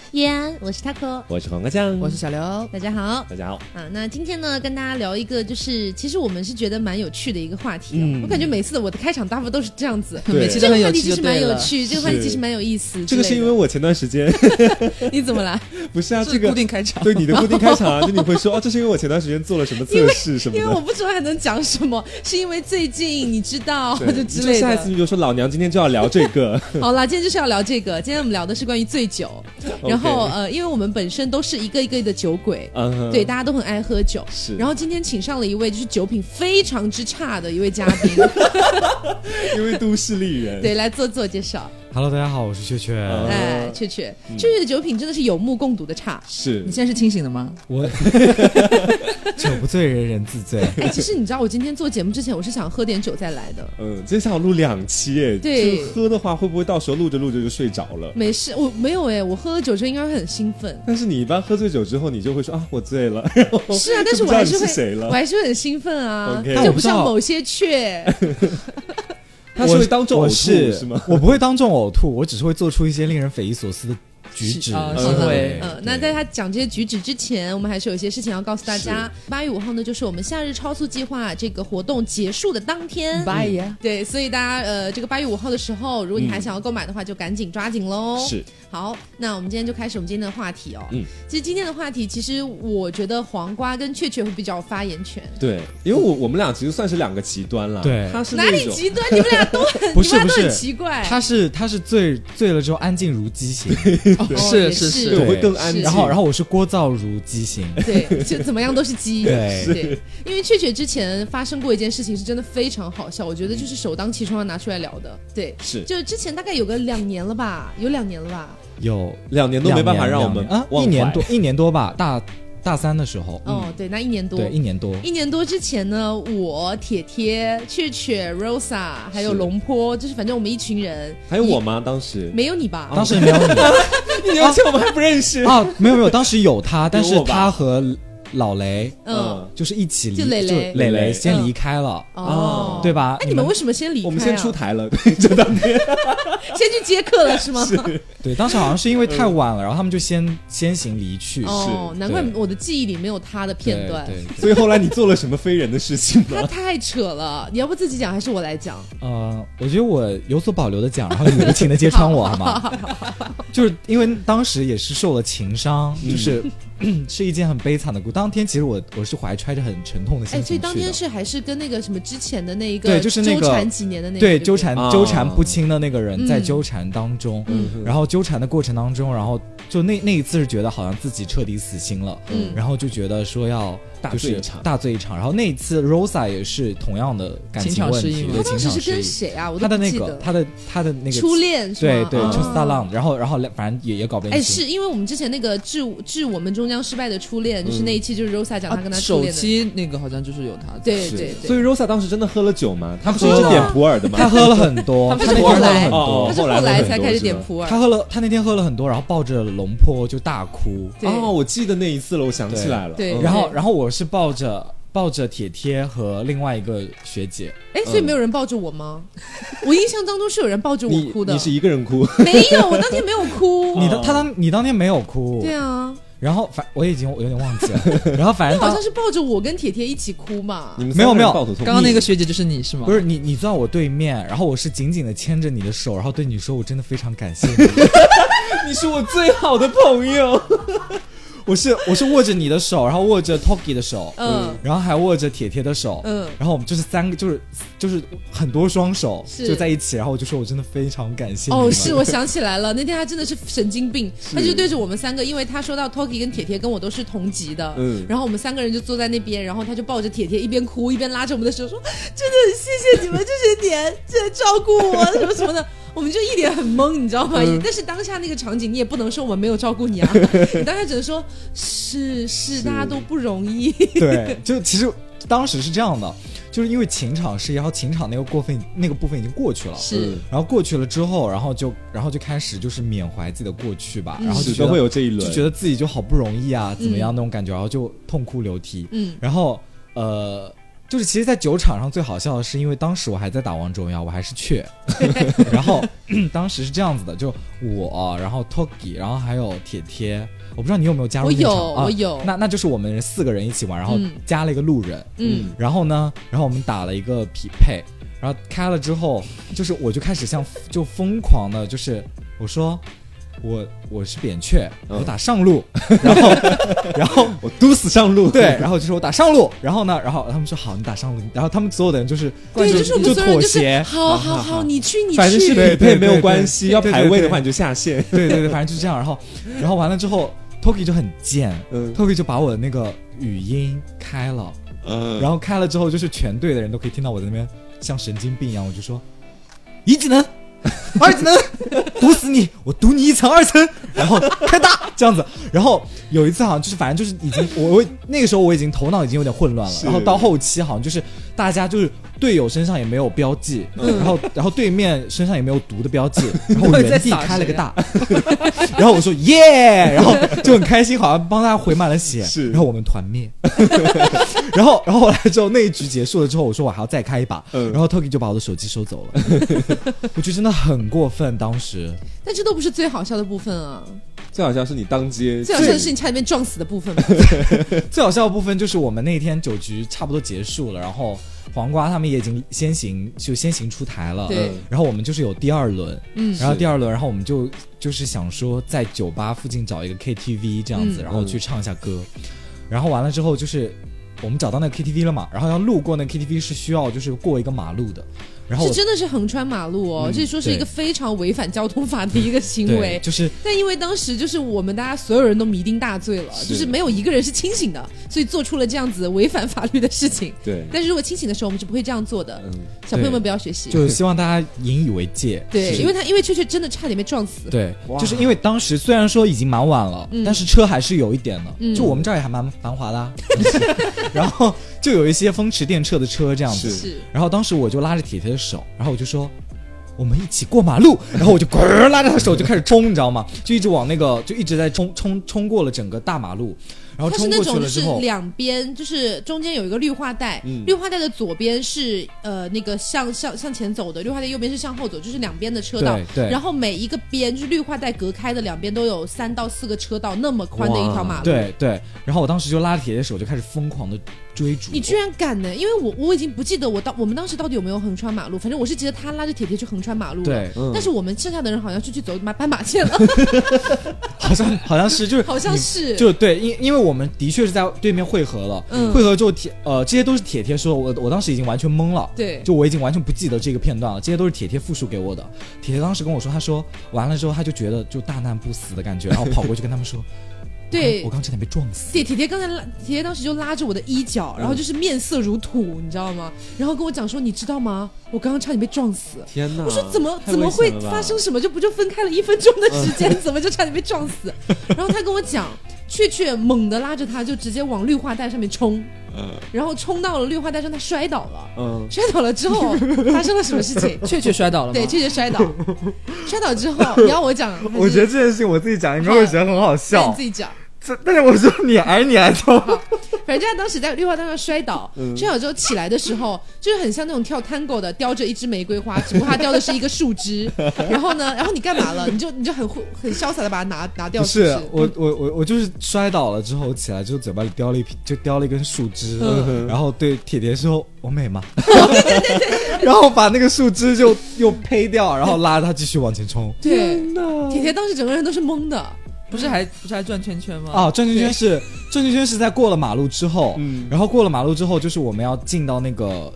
叶安，我是 Taco， 我是黄瓜酱， 我是小刘， 大家好， 大家好啊。那今天呢，跟大家聊一个，就是其实我们是觉得蛮有趣的一个话题我感觉每次我的开场大部分都是这样子， 每期这都很有趣， 个话题其实蛮有趣，这个话题其实蛮有意思。 这个是因为我前段时间你怎么了？ 不是啊，这个固定开场， 对你的固定开场啊，就你会说这是因为我前段时间做了什么测试什么的， 因为我不知道还能讲什么，是因为最近你知道就之类的。 下一次你就说老娘今天就要聊这个。 好啦，今天就是要聊这个。今天我们聊的是关于醉酒，然后因为我们本身都是一个一个的酒鬼，对，大家都很爱喝酒。 是， 然后今天请上了一位就是酒品非常之差的一位嘉宾， 一位都市丽人， 对，来自我介绍。 Hello， 大家好，我是雀雀。 雀雀的酒品真的是有目共睹的差。 是你现在是清醒的吗？ 我酒不醉人人自醉。 其实你知道，我今天做节目之前，我是想喝点酒再来的。 今天想录2期耶， 对， 喝的话会不会到时候录着录着就睡着了？ 没事，我没有我喝了酒之后应该会很兴奋。 但是你一般喝醉酒之后，你就会说我醉了。 是啊，但是我还是会， 我还是会很兴奋啊， okay, 就不像某些雀。 他是会当众呕吐是吗？ 我不会当众呕吐，我只是会做出一些令人匪夷所思的举止行为。 那在他讲这些举止之前，我们还是有一些事情要告诉大家。8月5号呢，就是我们夏日超速计划这个活动结束的当天。对，所以大家这个8月5号的时候，如果你还想要购买的话，就赶紧抓紧喽。 是。 好，那我们今天就开始我们今天的话题哦。其实今天的话题，其实我觉得黄瓜跟雀雀会比较有发言权。 对，因为我们俩其实算是2个极端了。 对， 他是哪里极端？你们俩都很， 不是你们俩都很奇怪。 他是醉了之后安静如鸡型， 是， 我会更安静。 然后我是聒噪如鸡型， 对，就怎么样都是鸡。 对， 因为雀雀之前发生过一件事情，是真的非常好笑，我觉得就是首当其冲要拿出来聊的。对， 是， 就之前大概有个2年了吧，有2年了吧。 有 2年都没办法让我们 1年多吧，大3的时候。 对，那1年多。 对，1年多。 1年多之前呢，我铁铁、雀雀、Rosa 还有龙坡，就是反正我们一群人。 还有我吗？当时没有你吧？ 当时没有你， 而且我们还不认识没有，当时有他，但是他和老雷，就是一起就磊磊先离开了，对吧？ 那你们为什么先离开？ 我们先出台了，就当天先去接客了是吗？ 对，当时好像是因为太晚了，然后他们就先行离去。 难怪我的记忆里没有他的片段。 对，所以后来你做了什么非人的事情吗？ 他太扯了，你要不自己讲还是我来讲？ 我觉得我有所保留的讲，然后你无情的揭穿我好吗？就是因为当时也是受了情伤，就是是一件很悲惨的故。当天其实我是怀揣着很沉痛的心情去的。 所以当天是还是跟那个什么之前的那一个， 对，就是那个纠缠几年的那个， 对，纠缠不清的那个人在纠缠当中，然后纠缠的过程当中，然后就那一次是觉得好像自己彻底死心了，然后就觉得说要大醉一场，然后那一次 Rosa 也是同样的感情问题， 他当时是跟谁啊？我他的那个初恋， 对对，就 Salam， 然后反正也搞不清楚。 是因为我们之前那个致我们终将失败的初恋，就是那一期就是 Rosa 讲他跟他初恋的首期那个好像就是有他的， 对。 所以 Rosa 当时真的喝了酒吗？他不是一直点普洱的吗？ 他喝了很多， 他是后来才开始点普洱。 他那天喝了很多，然后抱着龙坡就大哭。 我记得那一次了，我想起来了。 对， 然后我是抱着铁贴和另外一个学姐。 所以没有人抱着我吗？我印象当中是有人抱着我哭的。 你是一个人哭？ 没有，我当天没有哭。 你当天没有哭？ 对啊。 然后我有点忘记了。然后反正好像是抱着我跟铁铁一起哭嘛。 没有， 刚刚那个学姐就是你是吗？ 不是你坐在我对面，然后我是紧紧的牵着你的手，然后对你说我真的非常感谢你。 你是我最好的朋友。 我是握着你的手，然后握着 Toki 的手，然后还握着铁铁的手，然后我们就是3个，就是很多双手就在一起，然后我就说我真的非常感谢你。 是我想起来了，那天他真的是神经病，他就对着我们3个，因为他说到 Toki 跟铁铁跟我都是同级的，然后我们3个人就坐在那边，然后他就抱着铁铁一边哭一边拉着我们的手说，真的很谢谢你们这些年在照顾我什么什么的。我们就一脸很懵，你知道吗？但是当下那个场景，你也不能说我们没有照顾你啊，你当下只能说是大家都不容易。 对，就其实当时是这样的，就是因为情场事业，然后情场那个部分已经过去了，然后过去了之后，然后就开始就是缅怀自己的过去吧，然后就觉得会有这一轮， 就觉得自己就好不容易啊，怎么样那种感觉，然后就痛哭流涕。然后就是其实，在酒场上最好笑的是，因为当时我还在打王者荣耀，我还是雀，然后当时是这样子的，就我，然后 Toki， 然后还有铁铁，我不知道你有没有加入那场？ 我有， 那就是我们4个人一起玩，然后加了一个路人，然后呢，然后我们打了一个匹配，然后开了之后，就是我就开始就疯狂的，就是我说。我是扁鹊，我打上路，然后我嘟死上路， 对，然后就说我打上路，然后呢，然后他们说好，你打上路，然后他们所有的人就是对，就是我们所有人就是好，你去， 反正是匹配没有关系，要排位的话你就下线， 对，反正就是这样，然后完了之后 ，Toki 就很贱，Toki 就把我的那个语音开了，然后开了之后，就是全队的人都可以听到我在那边像神经病一样，我就说一技能。2技能毒死你，我毒你1层2层，然后开大这样子。然后有一次好像就是反正就是已经我那个时候我已经头脑已经有点混乱了，然后到后期好像就是大家就是队友身上也没有标记，然后对面身上也没有毒的标记，然后我原地开了个大，然后我说耶，然后就很开心，好像帮大家回满了血，然后我们团灭。然后后来之后那一局结束了之后，我说我还要再开一把，然后 Toki 就把我的手机收走了。我觉得真的很过分当时， 但这都不是最好笑的部分啊。 最好笑是你当街， 最好笑的是你差点被撞死的部分。 最好笑的部分就是我们那天酒局差不多结束了，然后黄瓜他们也已经先行出台了， 对， 然后我们就是有第2轮，然后第2轮，然后我们就是想说在酒吧附近找一个 KTV 这样子，然后去唱一下歌，然后完了之后就是我们找到那个 KTV 了嘛，然后要路过那个 KTV 是需要就是过一个马路的。然后是真的是横穿马路哦，这说是一个非常违反交通法的一个行为， 就是。 但因为当时就是我们大家所有人都酩酊大醉了，就是没有一个人是清醒的，所以做出了这样子违反法律的事情。 对。 但是如果清醒的时候，我们是不会这样做的。小朋友们不要学习。 就希望大家引以为戒。 对，因为确真的差点被撞死。 对，就是因为当时虽然说已经蛮晚了，但是车还是有一点的，就我们这儿也还蛮繁华的，然后就有一些风驰电掣的车这样子。 是。 然后当时我就拉着铁铁的手，然后我就说。我们一起过马路，然后我就拉着他手就开始冲，你知道吗？就一直往那个，就一直在冲过了整个大马路，然后冲过去了之后， 它是那种就是两边就是中间有一个绿化带，绿化带的左边是那个向前走的，绿化带右边是向后走，就是两边的车道。 对。 然后每一个边就是绿化带隔开的两边都有3到4个车道，那么宽的一条马路。 对。然后我当时就拉着铁铁手就开始疯狂的追逐。 你居然敢呢？因为我已经不记得我们当时到底有没有横穿马路，反正我是记得他拉着铁铁去横穿马路了。 对。 但是我们剩下的人好像是去走斑马线了。 好像是就是好像是就对，因为我们的确是在对面汇合了，汇合之后这些都是铁铁说，我当时已经完全懵了， 对， 就我已经完全不记得这个片段了，这些都是铁铁复述给我的。铁铁当时跟我说，他说完了之后他就觉得就大难不死的感觉，然后跑过去跟他们说。 对， 我刚差点被撞死。 铁铁当时就拉着我的衣角，然后就是面色如土，你知道吗？然后跟我讲说，你知道吗？我刚刚差点被撞死。 天哪！ 我说怎么会发生什么？就分开了1分钟的时间，怎么就差点被撞死？然后他跟我讲，雀猛地拉着他就直接往绿化带上面冲。然后冲到了绿化带上，他摔倒了。摔倒了之后发生了什么事情？ 雀摔倒了吗？ 对，雀摔倒。摔倒之后，你要我讲？ 我觉得这件事情我自己讲应该会觉得很好笑。 你自己讲。 但是我说你挨揍。 反正他当时在绿化带上摔倒，摔倒之后起来的时候，就是很像那种跳tango的，叼着一支玫瑰花，只不过他叼的是一一个树枝。然后你干嘛了？你就很潇洒的把它拿掉。 不是我就是摔倒了之后起来之后嘴巴里叼了一根树枝，然后对铁铁说我美吗？对，然后把那个树枝就又呸掉，然后拉着他继续往前冲。 对，铁铁当时整个人都是懵的。 不是还转圈圈吗？ 转圈圈是在过了马路之后，然后过了马路之后，就是我们要进到那个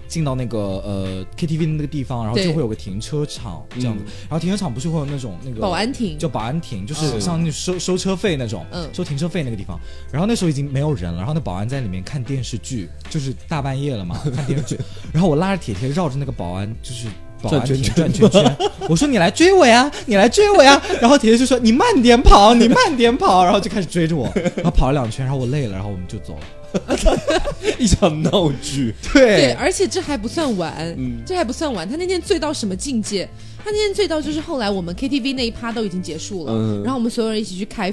KTV 的那个地方，然后就会有个停车场这样子，然后停车场不是会有那种那个保安亭， 就保安亭，就是像那收车费那种，收停车费那个地方。然后那时候已经没有人了，然后那保安在里面看电视剧，就是大半夜了嘛，看电视剧。然后我拉着铁铁绕着那个保安就是保安亭转圈圈，我说你来追我呀，然后铁铁就说你慢点跑，然后就开始追着我，然后跑了2圈，然后我累了，然后我们就走了。 一场闹剧。 对，而且这还不算完，他那天醉到什么境界？他那天醉到就是后来我们 KTV 那一趴都已经结束了，然后我们所有人一起去开房。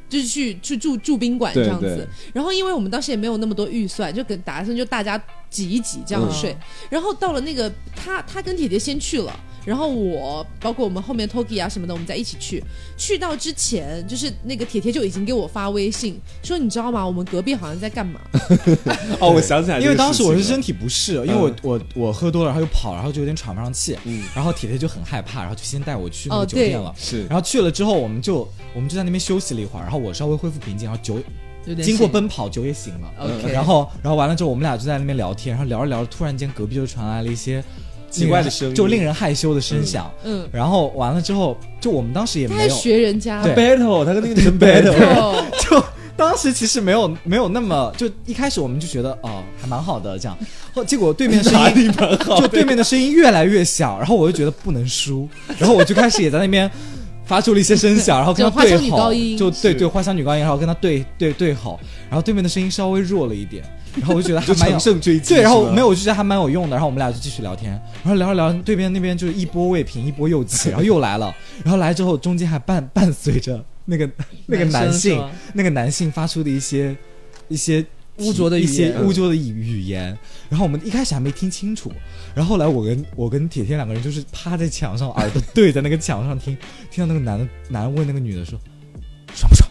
就是去住宾馆这样子。 对对， 然后因为我们当时也没有那么多预算，就打算就大家挤一挤这样睡。然后到了那个他跟铁铁先去了。然后我包括我们后面 Toki 啊什么的，我们再一起去到之前，就是那个铁铁就已经给我发微信说，你知道吗？我们隔壁好像在干嘛？ 哦，我想起来， 因为当时我是身体不适，因为我喝多了，然后又跑，然后就有点喘不上气，然后铁铁就很害怕，然后就先带我去那个酒店了。 是， 然后去了之后，我们就在那边休息了一会儿，然后我稍微恢复平静，然后经过奔跑，酒也醒了。 OK， 然后完了之后，我们俩就在那边聊天，然后聊着聊着，突然间隔壁就传来了一些奇怪的声音， 就令人害羞的声响。然后完了之后，就我们当时也没有他在学人家 battle， 他跟那个女生 battle， 就当时其实没有那么，就一开始我们就觉得还蛮好的这样，结果对面的声音就对面的声音越来越响，然后我就觉得不能输，然后我就开始也在那边发出了一些声响，然后跟他对吼，就对花香女高音，然后跟他对吼，然后对面的声音稍微弱了一点。然后我就觉得还蛮有乘胜追击， 对，然后没有，我就觉得还蛮有用的。然后我们俩就继续聊天，然后聊着聊着，对面那边就是一波未平一波又起，然后又来了，然后来之后中间还伴随着那个男性发出的一些污浊的语言，然后我们一开始还没听清楚，然后后来我跟铁铁两个人就是趴在墙上，耳朵对在那个墙上听到那个男的问那个女的说爽不爽。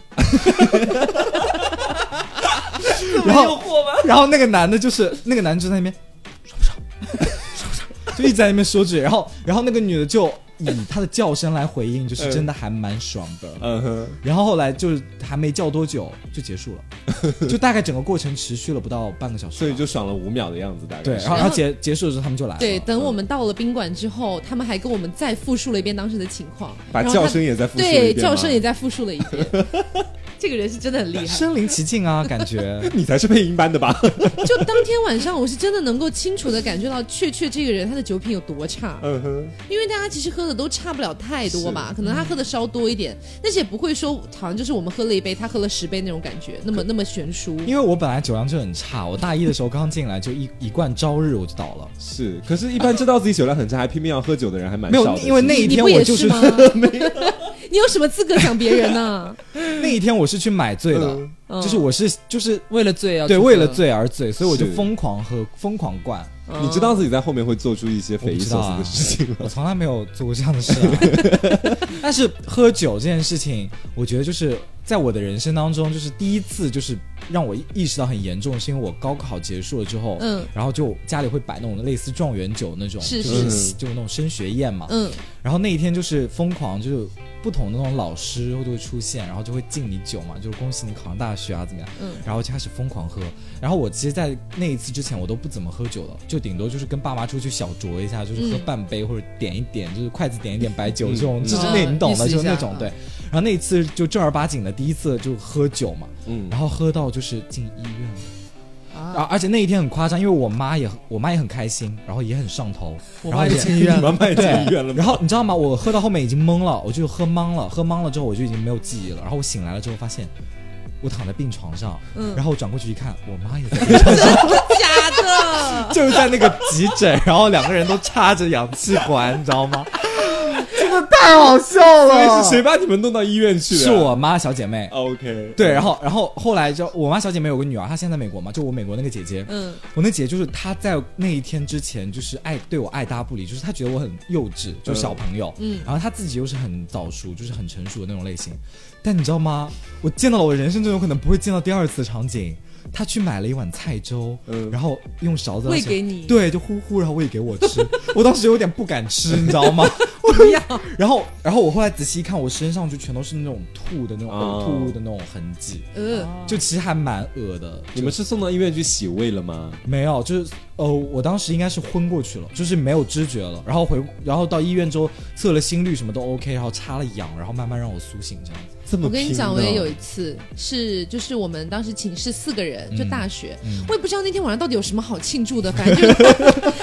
然后那个男的就在那边爽不爽，就一直在那边说句，然后那个女的就以她的叫声来回应，就是真的还蛮爽的。然后后来就是还没叫多久就结束了，就大概整个过程持续了不到半个小时， 所以就爽了5秒的样子，大概。 对，然后结束的时候他们就来了。 对，等我们到了宾馆之后，他们还跟我们再复述了一遍当时的情况， 把叫声也再复述了一遍。 对，叫声也再复述了一遍。这个人是真的很厉害， 身临其境啊，感觉你才是配音班的吧？ 就当天晚上，我是真的能够清楚的感觉到雀这个人他的酒品有多差。因为大家其实喝的都差不了太多吧，可能他喝的稍多一点，但是也不会说好像就是我们喝了1杯，他喝了10杯那种感觉，那么悬殊。 因为我本来酒量就很差，我大一的时候刚进来就一罐朝日我就倒了。 是，可是一般知道自己酒量很差还拼命要喝酒的人还蛮少的。 没有，因为那一天我就是吗？你有什么资格讲别人呢？ 那一天我是去买醉的，就是为了醉对，为了醉而醉，所以我就疯狂喝，疯狂灌。 你知道自己在后面会做出一些匪夷所思的事情吗？ 我从来没有做过这样的事啊。但是喝酒这件事情，我觉得就是在我的人生当中，就是第一次，就是让我意识到很严重，是因为我高考结束了之后，然后就家里会摆那种类似状元酒那种，就是那种升学宴嘛，然后那一天就是疯狂，就是不同的那种老师都会出现，然后就会敬你酒嘛，就是恭喜你考上大学啊怎么样，然后就开始疯狂喝。然后我其实在那一次之前我都不怎么喝酒的，就顶多就是跟爸妈出去小酌一下，就是喝半杯或者点一点，就是筷子点一点白酒这种，就是那你懂的，就是那种对。然后那一次就正儿八经的第一次就喝酒嘛，然后喝到就是进医院了。而且那一天很夸张，因为我妈也很开心，然后也很上头， 我妈也进医院了， 妈也进医院了。 然后你知道吗？我喝到后面已经懵了，我就喝懵了之后我就已经没有记忆了。然后我醒来了之后发现我躺在病床上，然后我转过去一看，我妈也在病床上， 假的， 就是在那个急诊，然后2个人都插着氧气管，你知道吗？真的太好笑了！ 所以是谁把你们弄到医院去的？ 是我妈小姐妹。 OK， 对，然后后来就我妈小姐妹有个女儿，她现在在美国嘛，就我美国那个姐姐。我那姐姐就是她在那一天之前就是对我爱搭不理，就是她觉得我很幼稚，就是小朋友。然后她自己又是很早熟，就是很成熟的那种类型。但你知道吗？我见到了我人生中有可能不会见到第2次的场景。他去买了一碗菜粥，然后用勺子喂给你， 对，就呼，然后喂给我吃。我当时有点不敢吃，你知道吗？我不要。然后我后来仔细一看，我身上就全都是那种吐的那种呕吐物的那种痕迹，就其实还蛮恶的。 你们是送到医院去洗胃了吗？ 没有，就是我当时应该是昏过去了，就是没有知觉了。然后到医院之后测了心率什么都 OK， 然后插了氧，然后慢慢让我苏醒这样子。 我跟你讲，我也有一次就是我们当时寝室4个人，就大学，我也不知道那天晚上到底有什么好庆祝的，反正就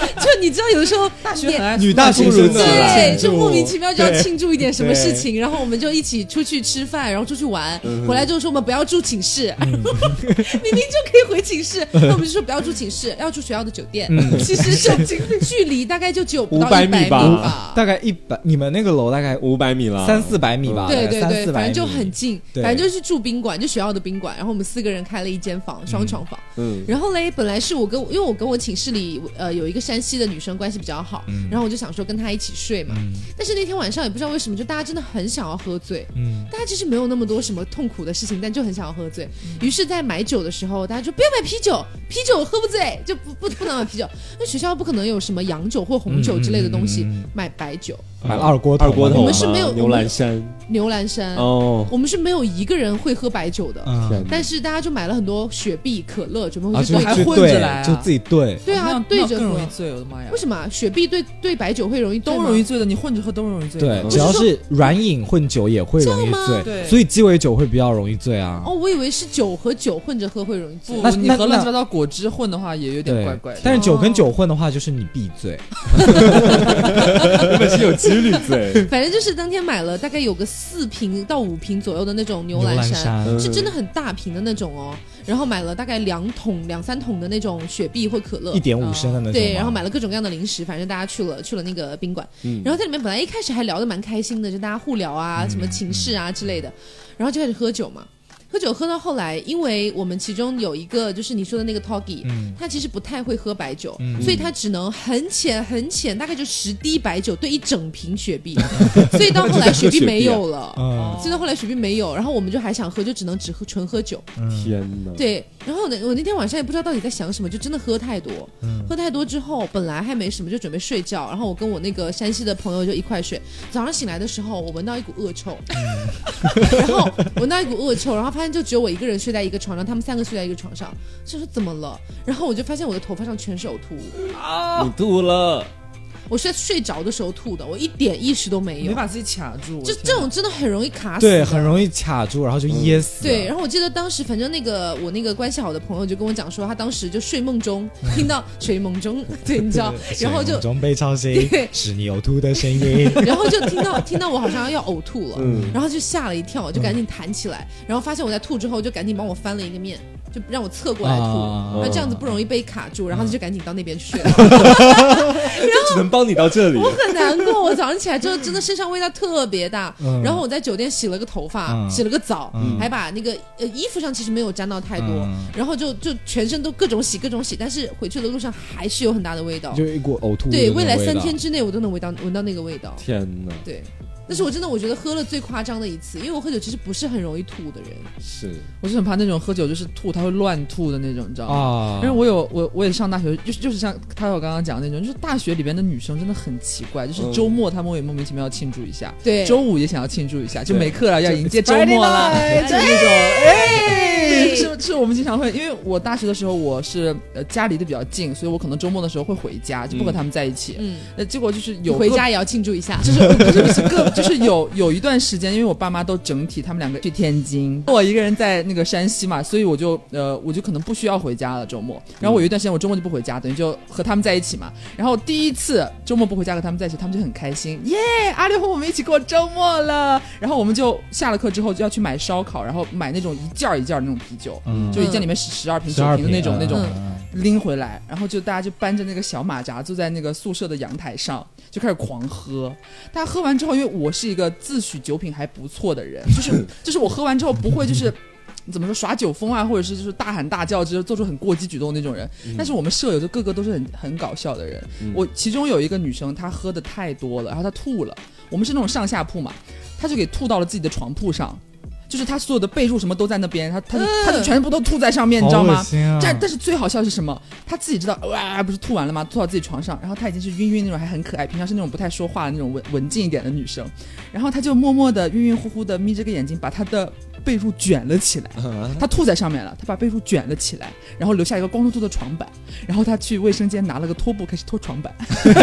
你知道有的时候大学很爱女大学生对，就莫名其妙就要庆祝一点什么事情，然后我们就一起出去吃饭，然后出去玩，回来之后说我们不要住寝室，明明就可以回寝室，那我们就说不要住寝室，要住学校的酒店，其实就距离大概就只有不到100米吧， 大概100，你们那个楼大概 500米了 ，300-400米吧， 对对对， 300-400米， 反正就很近，反正就是住宾馆，就学校的宾馆，然后我们4个人开了一间房，双床房，然后嘞，本来是因为我跟我寝室里有一个山西的女生关系比较好，然后我就想说跟她一起睡嘛，但是那天晚上也不知道为什么，就大家真的很想要喝醉，大家其实没有那么多什么痛苦的事情，但就很想要喝醉，于是在买酒的时候，大家说不要买啤酒，啤酒喝不醉，就不能买啤酒，那学校不可能有什么洋酒或红酒之类的东西，买白酒。 买了二锅头， 我们是没有牛栏山哦，我们是没有一个人会喝白酒的，但是大家就买了很多雪碧、可乐，准备回去还混着来， 就自己兑。 对啊，对着更容易醉，我的妈呀！ 为什么雪碧对白酒会容易醉？ 都容易醉的，你混着喝都容易醉。 对，只要是软饮混酒也会容易醉，所以鸡尾酒会比较容易醉啊。 哦，我以为是酒和酒混着喝会容易醉。 那你和乱七八糟果汁混的话也有点怪怪的。 但是酒跟酒混的话，就是你必醉， 根本是有几率醉。 反正就是当天买了大概有个4瓶到5瓶左右的那种牛栏山，是真的很大瓶的那种哦。然后买了大概2-3桶的那种雪碧或可乐 ，1.5升的那种。 对，然后买了各种各样的零食，反正大家去了那个宾馆，然后在里面本来一开始还聊得蛮开心的，就大家互聊啊，什么情事啊之类的，然后就开始喝酒嘛。喝酒喝到后来，因为我们其中有一个就是你说的那个 Toggy，他其实不太会喝白酒，所以他只能很浅，大概就10滴白酒兑1整瓶雪碧，所以到后来雪碧没有了，所以到后来雪碧没有，然后我们就还想喝，就只能纯喝酒。 天哪！ 对，然后我那天晚上也不知道到底在想什么，就真的喝太多，喝太多之后，本来还没什么，就准备睡觉，然后我跟我那个山西的朋友就一块睡。早上醒来的时候，我闻到一股恶臭，然后闻到一股恶臭，然后发现就只有我一个人睡在一个床上，他们3个睡在一个床上，就说怎么了？然后我就发现我的头发上全是呕吐物啊！你吐了。 我是在睡着的时候吐的，我一点意识都没有， 没把自己卡住， 就这种真的很容易卡死， 对，很容易卡住，然后就噎死。 对，然后我记得当时反正我那个关系好的朋友就跟我讲说，他当时就睡梦中听到睡梦中，对，你知道，然后就睡梦中被吵醒，是你呕吐的声音， 然后就听到我好像要呕吐了，然后就吓了一跳，就赶紧弹起来，然后发现我在吐之后，就赶紧帮我翻了一个面，就让我侧过来吐，那这样子不容易被卡住，然后就赶紧到那边去了， 就只能帮你到这里。 我很难过，我早上起来之后真的身上味道特别大，然后我在酒店洗了个头发，洗了个澡，还把那个衣服上其实没有沾到太多，然后就全身都各种洗，但是回去的路上还是有很大的味道， 就一股呕吐。 对，未来3天之内我都能闻到那个味道。 天哪！ 对。但是我觉得喝了最夸张的一次，因为我喝酒其实不是很容易吐的人， 是， 我是很怕那种喝酒就是吐他会乱吐的那种，你知道吗？因为我也上大学，就是像他我刚刚讲的那种，就是大学里边的女生真的很奇怪，就是周末他们会莫名其妙要庆祝一下， 对， 周五也想要庆祝一下，就没课了要迎接周末了，就那种，是我们经常会，因为我大学的时候我是家离得比较近，所以我可能周末的时候会回家，就不和他们在一起，结果就是回家也要庆祝一下， 就是有一段时间，因为我爸妈都整体他们2个去天津，我一个人在那个山西嘛，所以我就可能不需要回家了周末。然后我有一段时间我周末就不回家，等于就和他们在一起嘛。然后第一次周末不回家和他们在一起，他们就很开心，耶！阿六和我们一起过周末了。然后我们就下了课之后就要去买烧烤，然后买那种一件的那种啤酒，就一件里面12瓶9瓶的那种拎回来，然后就大家就搬着那个小马扎坐在那个宿舍的阳台上就开始狂喝。大家喝完之后，因为我是一个自诩酒品还不错的人，就是我喝完之后不会就是怎么说耍酒疯啊，或者是就是大喊大叫，就是做出很过激举动的那种人。但是我们舍友就个个都是很搞笑的人。我其中有一个女生，她喝的太多了，然后她吐了。我们是那种上下铺嘛，她就给吐到了自己的床铺上。就是他所有的被褥什么都在那边，他就全部都吐在上面，你知道吗？但是最好笑的是什么？他自己知道，哇，不是吐完了吗？吐到自己床上，然后他已经是晕那种，还很可爱，平常是那种不太说话的那种文静一点的女生，然后他就默默的晕乎乎的眯着个眼睛，把他的被褥卷了起来，他吐在上面了，他把被褥卷了起来，然后留下一个光秃秃的床板，然后他去卫生间拿了个拖布开始拖床板，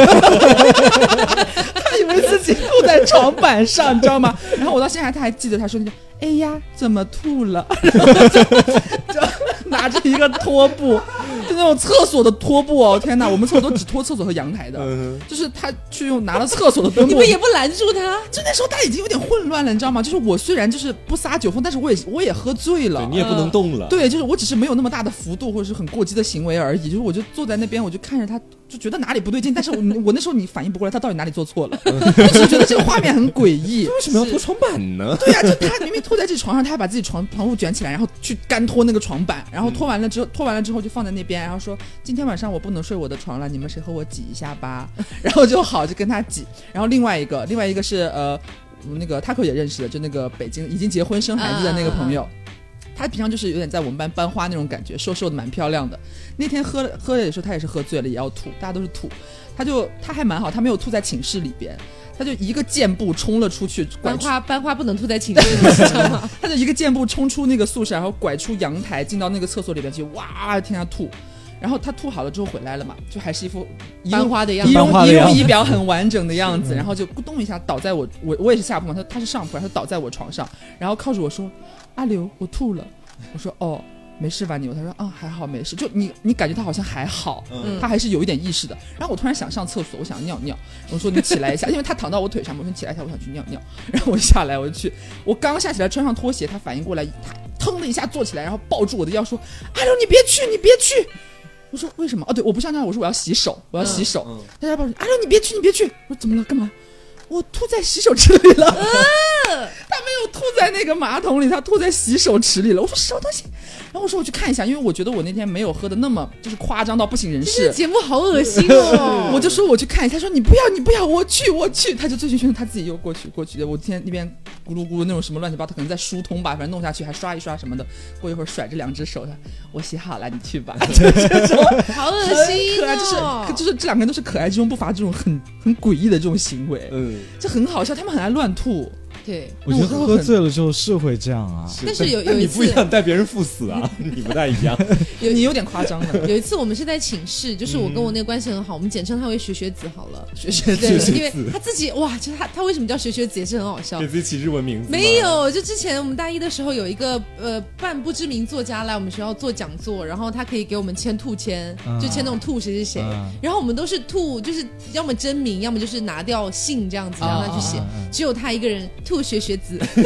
他以为自己吐在床板上，你知道吗？然后我到现在他还记得他说那个。哎呀，怎么吐了？然后就拿着一个拖布， 就那种厕所的拖布哦，天哪，我们厕所都只拖厕所和阳台的，就是他去拿了厕所的墩布， 你们也不拦住他？ 就那时候他已经有点混乱了，你知道吗？就是我虽然就是不撒酒疯，但是我也喝醉了， 你也不能动了。 对，就是我只是没有那么大的幅度或者是很过激的行为而已，就是我就坐在那边，我就看着他，就觉得哪里不对劲，但是我那时候你反应不过来他到底哪里做错了，就只是觉得这个画面很诡异。 为什么要拖床板呢？ 对呀，就他明明拖在这床上，他还把自己床铺卷起来，然后去干拖那个床板，然后拖完了之后就放在那边，然后说今天晚上我不能睡我的床了，你们谁和我挤一下吧？然后就好，就跟他挤。然后另外一个是那个 Taco 也认识的，就那个北京已经结婚生孩子的那个朋友。他平常就是有点在我们班班花那种感觉，瘦瘦的蛮漂亮的。那天喝了也说他也是喝醉了，也要吐，大家都是吐。他还蛮好，他没有吐在寝室里边，他就一个箭步冲了出去。 班花不能吐在寝室里，知道吗？ 他就一个箭步冲出那个宿舍，然后拐出阳台，进到那个厕所里边去，哇，听他吐。然后他吐好了之后回来了嘛，就还是一副班花的样子， 仪容仪表很完整的样子，然后就咕咚一下倒在我也是下铺嘛，他是上铺，然后倒在我床上，然后靠着我说：“阿刘，我吐了。”我说：“哦，没事吧你？”他说：“啊，还好没事。”就你感觉他好像还好，他还是有一点意识的。然后我突然想上厕所，我想尿尿，我说：“你起来一下，因为他躺到我腿上，我说你起来一下，我想去尿尿。”然后我下来，我就去，我刚下起来穿上拖鞋，他反应过来，他腾的一下坐起来，然后抱住我的腰说：“阿刘，你别去，你别去。”我说为什么？哦，对，我不上那，我说我要洗手，大家抱着，阿刘你别去，我说怎么了？干嘛？我吐在洗手池里了。他没有吐在那个马桶里，他吐在洗手池里了。我说什么东西？然后我说我去看一下，因为我觉得我那天没有喝的那么就是夸张到不省人事。 这个节目好恶心哦！ 我就说我去看一下，他说你不要，我去。他就醉醺醺的，他自己又过去。我天，那边咕噜咕噜那种什么乱七八糟，可能在疏通吧，反正弄下去还刷一刷什么的。过一会儿甩着两只手，我洗好了，你去吧。 好恶心可爱，就是这两个人都是可爱之中不乏这种很诡异的这种行为，这很好笑，他们很爱乱吐。 对， 我觉得喝醉了之后是会这样啊， 但是有一次你不一样，带别人赴死啊，你不太一样。 你有点夸张了。 有一次我们是在寝室，就是我跟我那个关系很好，我们简称他为学子好了。学子， 因为他自己哇，就是他为什么叫学子也是很好笑， 给自己起日文名字。 没有，就之前我们大一的时候有一个半不知名作家来我们学校做讲座，然后他可以给我们签兔签，就签那种兔谁，然后我们都是兔，就是要么真名，要么就是拿掉姓这样子让他去写，只有他一个人兔学子。后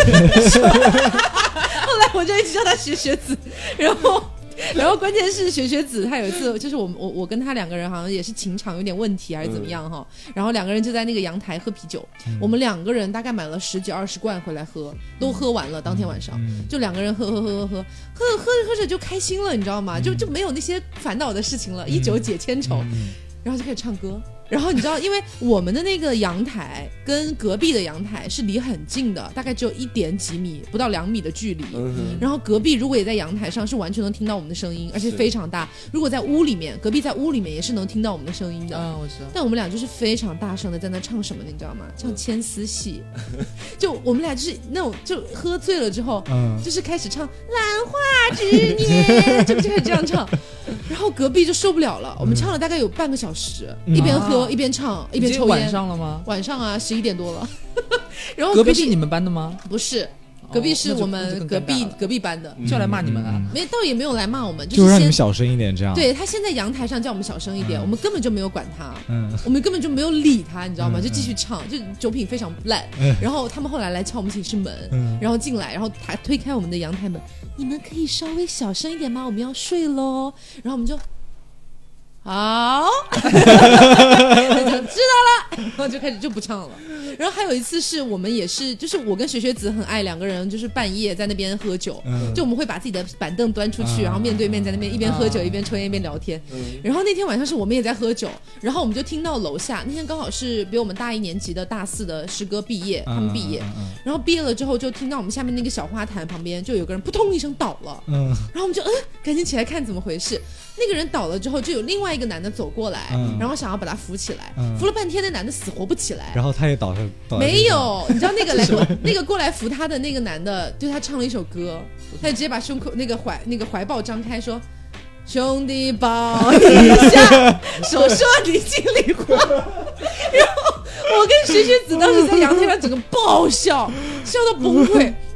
来我就一直叫他学子，然后关键是学子他有一次就是我跟他两个人好像也是情场有点问题还是怎么样哈，然后两个人就在那个阳台喝啤酒，我们两个人大概买了10几20罐回来喝，都喝完了，当天晚上就两个人喝着就开心了，你知道吗？就没有那些烦恼的事情了，一酒解千愁，然后就开始唱歌。然后你知道，因为我们的那个阳台跟隔壁的阳台是离很近的，大概只有1点几米，不到2米的距离。然后隔壁如果也在阳台上，是完全能听到我们的声音，而且非常大。如果在屋里面，隔壁在屋里面也是能听到我们的声音的。 我知道。 但我们俩就是非常大声的在那唱什么，你知道吗？唱牵丝戏。就我们俩就是那种就喝醉了之后，就是开始唱兰花之年，就开始这样唱。然后隔壁就受不了了，我们唱了大概有半个小时，一边喝一边唱一边抽烟。 晚上了吗？ 晚上啊，11点多了。然后隔壁是你们班的吗？ 不是，隔壁是我们隔壁班的， 就要来骂你们啊？ 倒也没有来骂我们， 就让你们小声一点这样。 对，他先在阳台上叫我们小声一点，我们根本就没有管他，我们根本就没有理他，你知道吗？就继续唱，就酒品非常烂。然后他们后来来敲我们寝室门，然后进来，然后还推开我们的阳台门，你们可以稍微小声一点吗？我们要睡咯。然后我们就好，就知道了，然后就开始就不唱了。然后还有一次是我们也是，就是我跟学子很爱两个人，就是半夜在那边喝酒，就我们会把自己的板凳端出去，然后面对面在那边一边喝酒一边抽烟一边聊天。然后那天晚上是我们也在喝酒，然后我们就听到楼下那天刚好是比我们大1年级的大4的师哥毕业，他们毕业，然后毕业了之后就听到我们下面那个小花坛旁边就有个人扑通一声倒了，然后我们就赶紧起来看怎么回事。那个人倒了之后，就有另外一个男的走过来，然后想要把他扶起来，扶了半天，那男的死活不起来。 然后他也倒下， 没有，你知道那个过来扶他的那个男的，对他唱了一首歌，他就直接把胸口那个怀抱张开说：“兄弟抱一下，说说你心里话。”然后我跟学子当时在阳台上整个爆笑，笑到崩溃。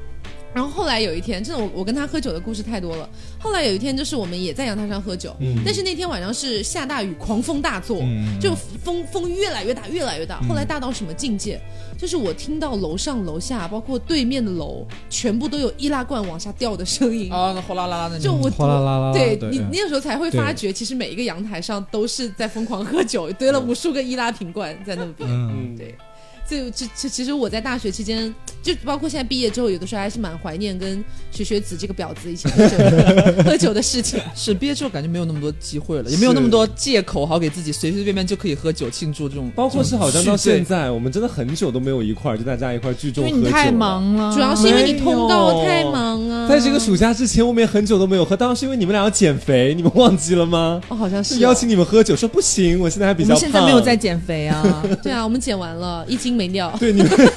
然后后来有一天，真的我跟他喝酒的故事太多了。后来有一天，就是我们也在阳台上喝酒，但是那天晚上是下大雨，狂风大作，就风越来越大，越来越大。后来大到什么境界？就是我听到楼上楼下，包括对面的楼，全部都有易拉罐往下掉的声音啊，那哗啦啦啦的， 就我哗啦啦啦， 对你那个时候才会发觉，其实每一个阳台上都是在疯狂喝酒，堆了无数个易拉瓶罐在那边，对。其实我在大学期间，就包括现在毕业之后，有的时候还是蛮怀念跟学子这个婊子一起喝酒的事情。 是毕业之后感觉没有那么多机会了，也没有那么多借口好给自己随随便便就可以喝酒庆祝这种。 包括是好像到现在，我们真的很久都没有一块儿就大家一块聚众喝酒了。 因为你太忙了， 主要是因为你通告太忙啊。 在这个暑假之前，我们也很久都没有喝，当然是因为你们俩要减肥，你们忘记了吗？ 哦，好像是邀请你们喝酒，说不行，我现在还比较胖。 我们现在没有在减肥啊。 对啊，我们减完了，1斤没掉。 对你们。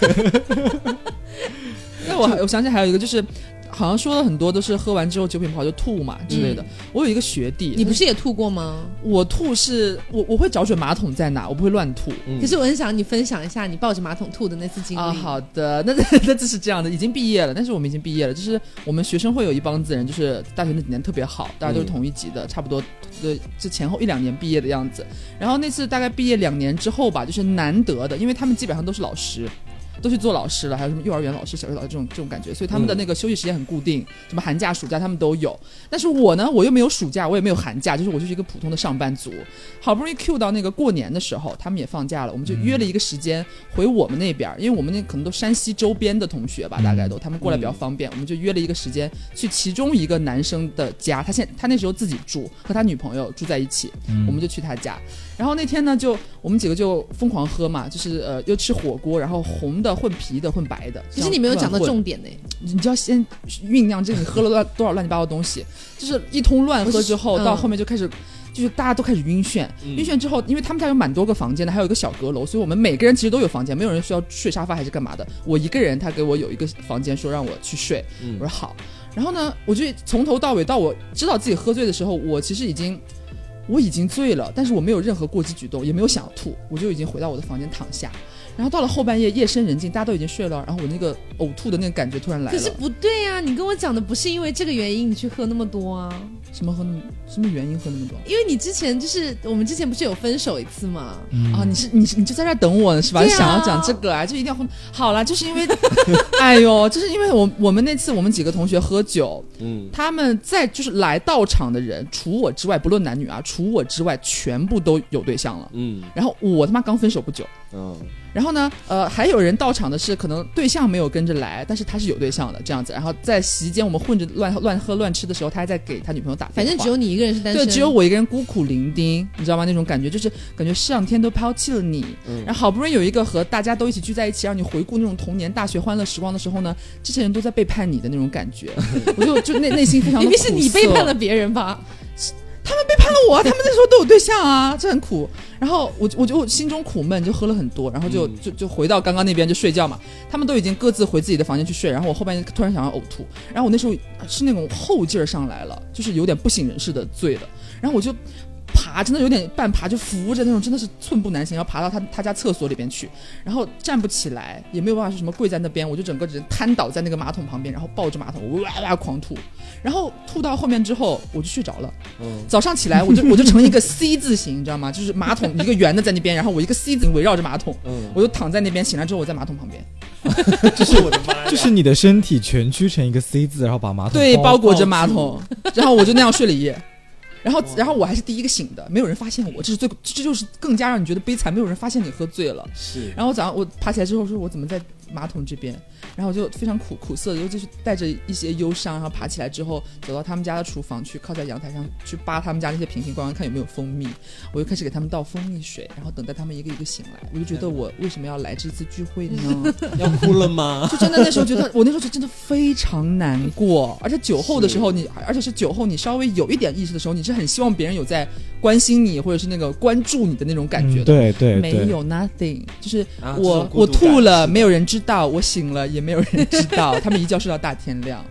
那我想起还有一个就是。好像说了很多都是喝完之后酒品不好就吐嘛之类的。我有一个学弟， 你不是也吐过吗？ 我吐是我会找准马桶在哪，我不会乱吐。 可是我很想你分享一下你抱着马桶吐的那次经历。 好的，那这是这样的，已经毕业了，但是我们已经毕业了。就是我们学生会有一帮子人，就是大学那几年特别好，大家都是同一级的，差不多就前后1-2年毕业的样子。然后那次大概毕业2年之后吧，就是难得的，因为他们基本上都是老师。都去做老师了，还有什么幼儿园老师、小学老师这种感觉，所以他们的那个休息时间很固定，什么寒假、暑假他们都有。但是我呢，我又没有暑假，我也没有寒假，我就是一个普通的上班族。好不容易 Q 到那个过年的时候，他们也放假了，我们就约了一个时间回我们那边，因为我们那可能都山西周边的同学吧，大概都他们过来比较方便，我们就约了一个时间去其中一个男生的家，他那时候自己住，和他女朋友住在一起，我们就去他家。然后那天呢，就我们几个就疯狂喝嘛，就是又吃火锅，然后红的混啤的混白的。 其实你没有讲到重点呢， 你就要先酝酿这个你喝了多少乱七八糟的东西，就是一通乱喝之后，到后面就开始。就是大家都开始晕眩，晕眩之后，因为他们家有蛮多个房间的，还有一个小阁楼，所以我们每个人其实都有房间，没有人需要睡沙发还是干嘛的。我一个人，他给我有一个房间，说让我去睡，我说好。然后呢，我就从头到尾到我知道自己喝醉的时候，我其实已经醉了，但是我没有任何过激举动，也没有想吐，我就已经回到我的房间躺下。然后到了后半夜，夜深人静，大家都已经睡了，然后我那个呕吐的那个感觉突然来了。 可是不对啊，你跟我讲的不是因为这个原因你去喝那么多啊？ 什么原因喝那么多？ 因为你之前就是我们之前不是有分手一次吗？ 啊，你就在这等我呢是吧？ 啊、 你想要讲这个啊，就一定要喝。好啦，就是因为，哎呦，就是因为我们那次我们几个同学喝酒，他们在就是来到场的人，除我之外，不论男女啊，除我之外，全部都有对象了。然后我他妈刚分手不久。然后呢，还有人到场的是可能对象没有跟着来，但是他是有对象的这样子。然后在席间我们混着乱喝乱吃的时候，他还在给他女朋友打电话。 反正只有你一个人是单身， 对，只有我一个人孤苦伶仃，你知道吗？那种感觉就是感觉上天都抛弃了你，然后好不容易有一个和大家都一起聚在一起，让你回顾那种童年大学欢乐时光的时候呢，这些人都在背叛你的那种感觉，我就内心非常的苦涩。明明是你背叛了别人吧？ 他们背叛了我，他们那时候都有对象啊，这很苦。然后我就心中苦闷，就喝了很多，然后就回到刚刚那边就睡觉嘛。他们都已经各自回自己的房间去睡，然后我后半夜突然想要呕吐，然后我那时候是那种后劲儿上来了，就是有点不省人事的醉了，然后我就爬，真的有点半爬，就扶着那种，真的是寸步难行，要爬到他家厕所里边去，然后站不起来，也没有办法说什么跪在那边，我就整个人瘫倒在那个马桶旁边，然后抱着马桶哇哇狂吐，然后吐到后面之后我就睡着了。早上起来我就成一个 C 字形，你知道吗？就是马桶一个圆的在那边，然后我一个 C 字形围绕着马桶，我就躺在那边，醒来之后我在马桶旁边。 这是我的妈呀！ 就是你的身体蜷曲成一个 C 字，然后把马桶对包裹着马桶，然后我就那样睡了一夜。然后我还是第一个醒的，没有人发现我，这就是更加让你觉得悲惨，没有人发现你喝醉了。 是。 然后早上我爬起来之后说，我怎么在马桶这边？然后我就非常苦涩的，尤其是带着一些忧伤，然后爬起来之后走到他们家的厨房去，靠在阳台上去扒他们家那些瓶瓶罐罐，看有没有蜂蜜。我就开始给他们倒蜂蜜水，然后等待他们一个一个醒来。我就觉得我为什么要来这次聚会呢？ 要哭了吗？ 就真的那时候觉得，我那时候就真的非常难过，而且酒后的时候而且是酒后你稍微有一点意识的时候，你是很希望别人有在关心你或者是那个关注你的那种感觉的。 对对， 没有 nothing， 就是我吐了，没有人知道；我醒了，也没有人知道。他们一觉睡到大天亮。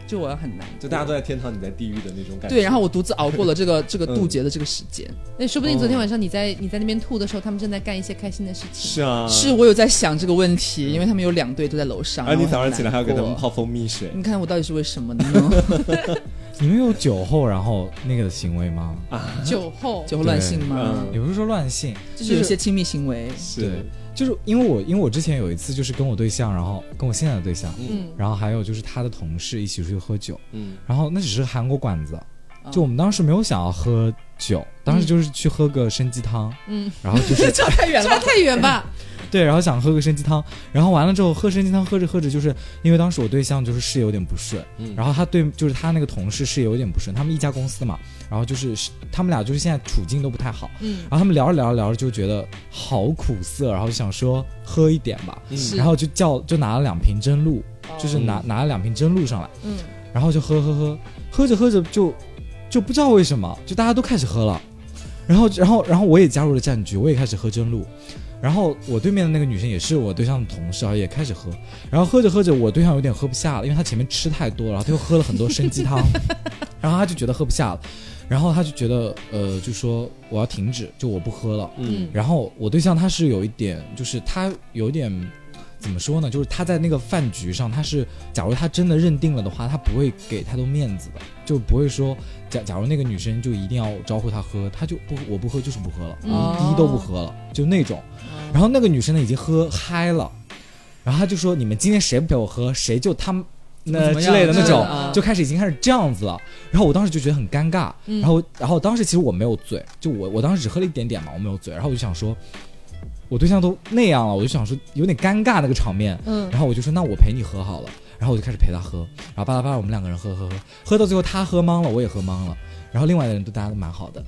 就我很难， 就大家都在天堂，你在地狱的那种感觉。 对，然后我独自熬过了这个渡劫的这个时间。 那说不定昨天晚上你在那边吐的时候，他们正在干一些开心的事情。 是啊， 是我有在想这个问题，因为他们有2队都在楼上， 而你早上起来还要给他们泡蜂蜜水。 你看我到底是为什么呢？ 你们有酒后然后那个行为吗？ 酒后乱性吗？ 也不是说乱性， 就是有一些亲密行为。 对，就是因为我之前有一次就是跟我对象，然后跟我现在的对象，然后还有就是他的同事一起出去喝酒，然后那只是韩国馆子，就我们当时没有想要喝酒，当时就是去喝个参鸡汤，然后就是差太远了， 差太远吧。 对，然后想喝个参鸡汤，然后完了之后喝参鸡汤，喝着喝着，就是因为当时我对象就是事业有点不顺，然后就是他那个同事事业有点不顺，他们一家公司的嘛，然后就是他们俩就是现在处境都不太好，然后他们聊着聊着聊着就觉得好苦涩，然后就想说喝一点吧，然后就拿了2瓶真露，就是拿了2瓶真露上来，然后就喝着喝着就不知道为什么就大家都开始喝了，然后我也加入了战局，我也开始喝真露。然后我对面的那个女生也是我对象的同事，然后也开始喝，然后喝着喝着我对象有点喝不下了，因为他前面吃太多了，然后他又喝了很多参鸡汤，然后他就觉得喝不下了，然后他就觉得就说我要停止，就我不喝了，然后我对象他是有一点，就是他有点怎么说呢，就是他在那个饭局上，他是假如他真的认定了的话，他不会给太多面子的，就不会说假如那个女生就一定要招呼他喝，他就我不喝就是不喝了，第一都不喝了，就那种。然后那个女生呢已经喝嗨了，然后他就说你们今天谁不陪我喝，谁就他们之类的那种，就已经开始这样子了。然后我当时就觉得很尴尬，然后当时其实我没有醉，就我当时只喝了一点点嘛，我没有醉。然后我就想说，我对象都那样了，我就想说有点尴尬那个场面，然后我就说那我陪你喝好了，然后我就开始陪他喝，然后巴拉巴拉我们2个人喝到最后他喝懵了，我也喝懵了。然后另外的人大家都蛮好的，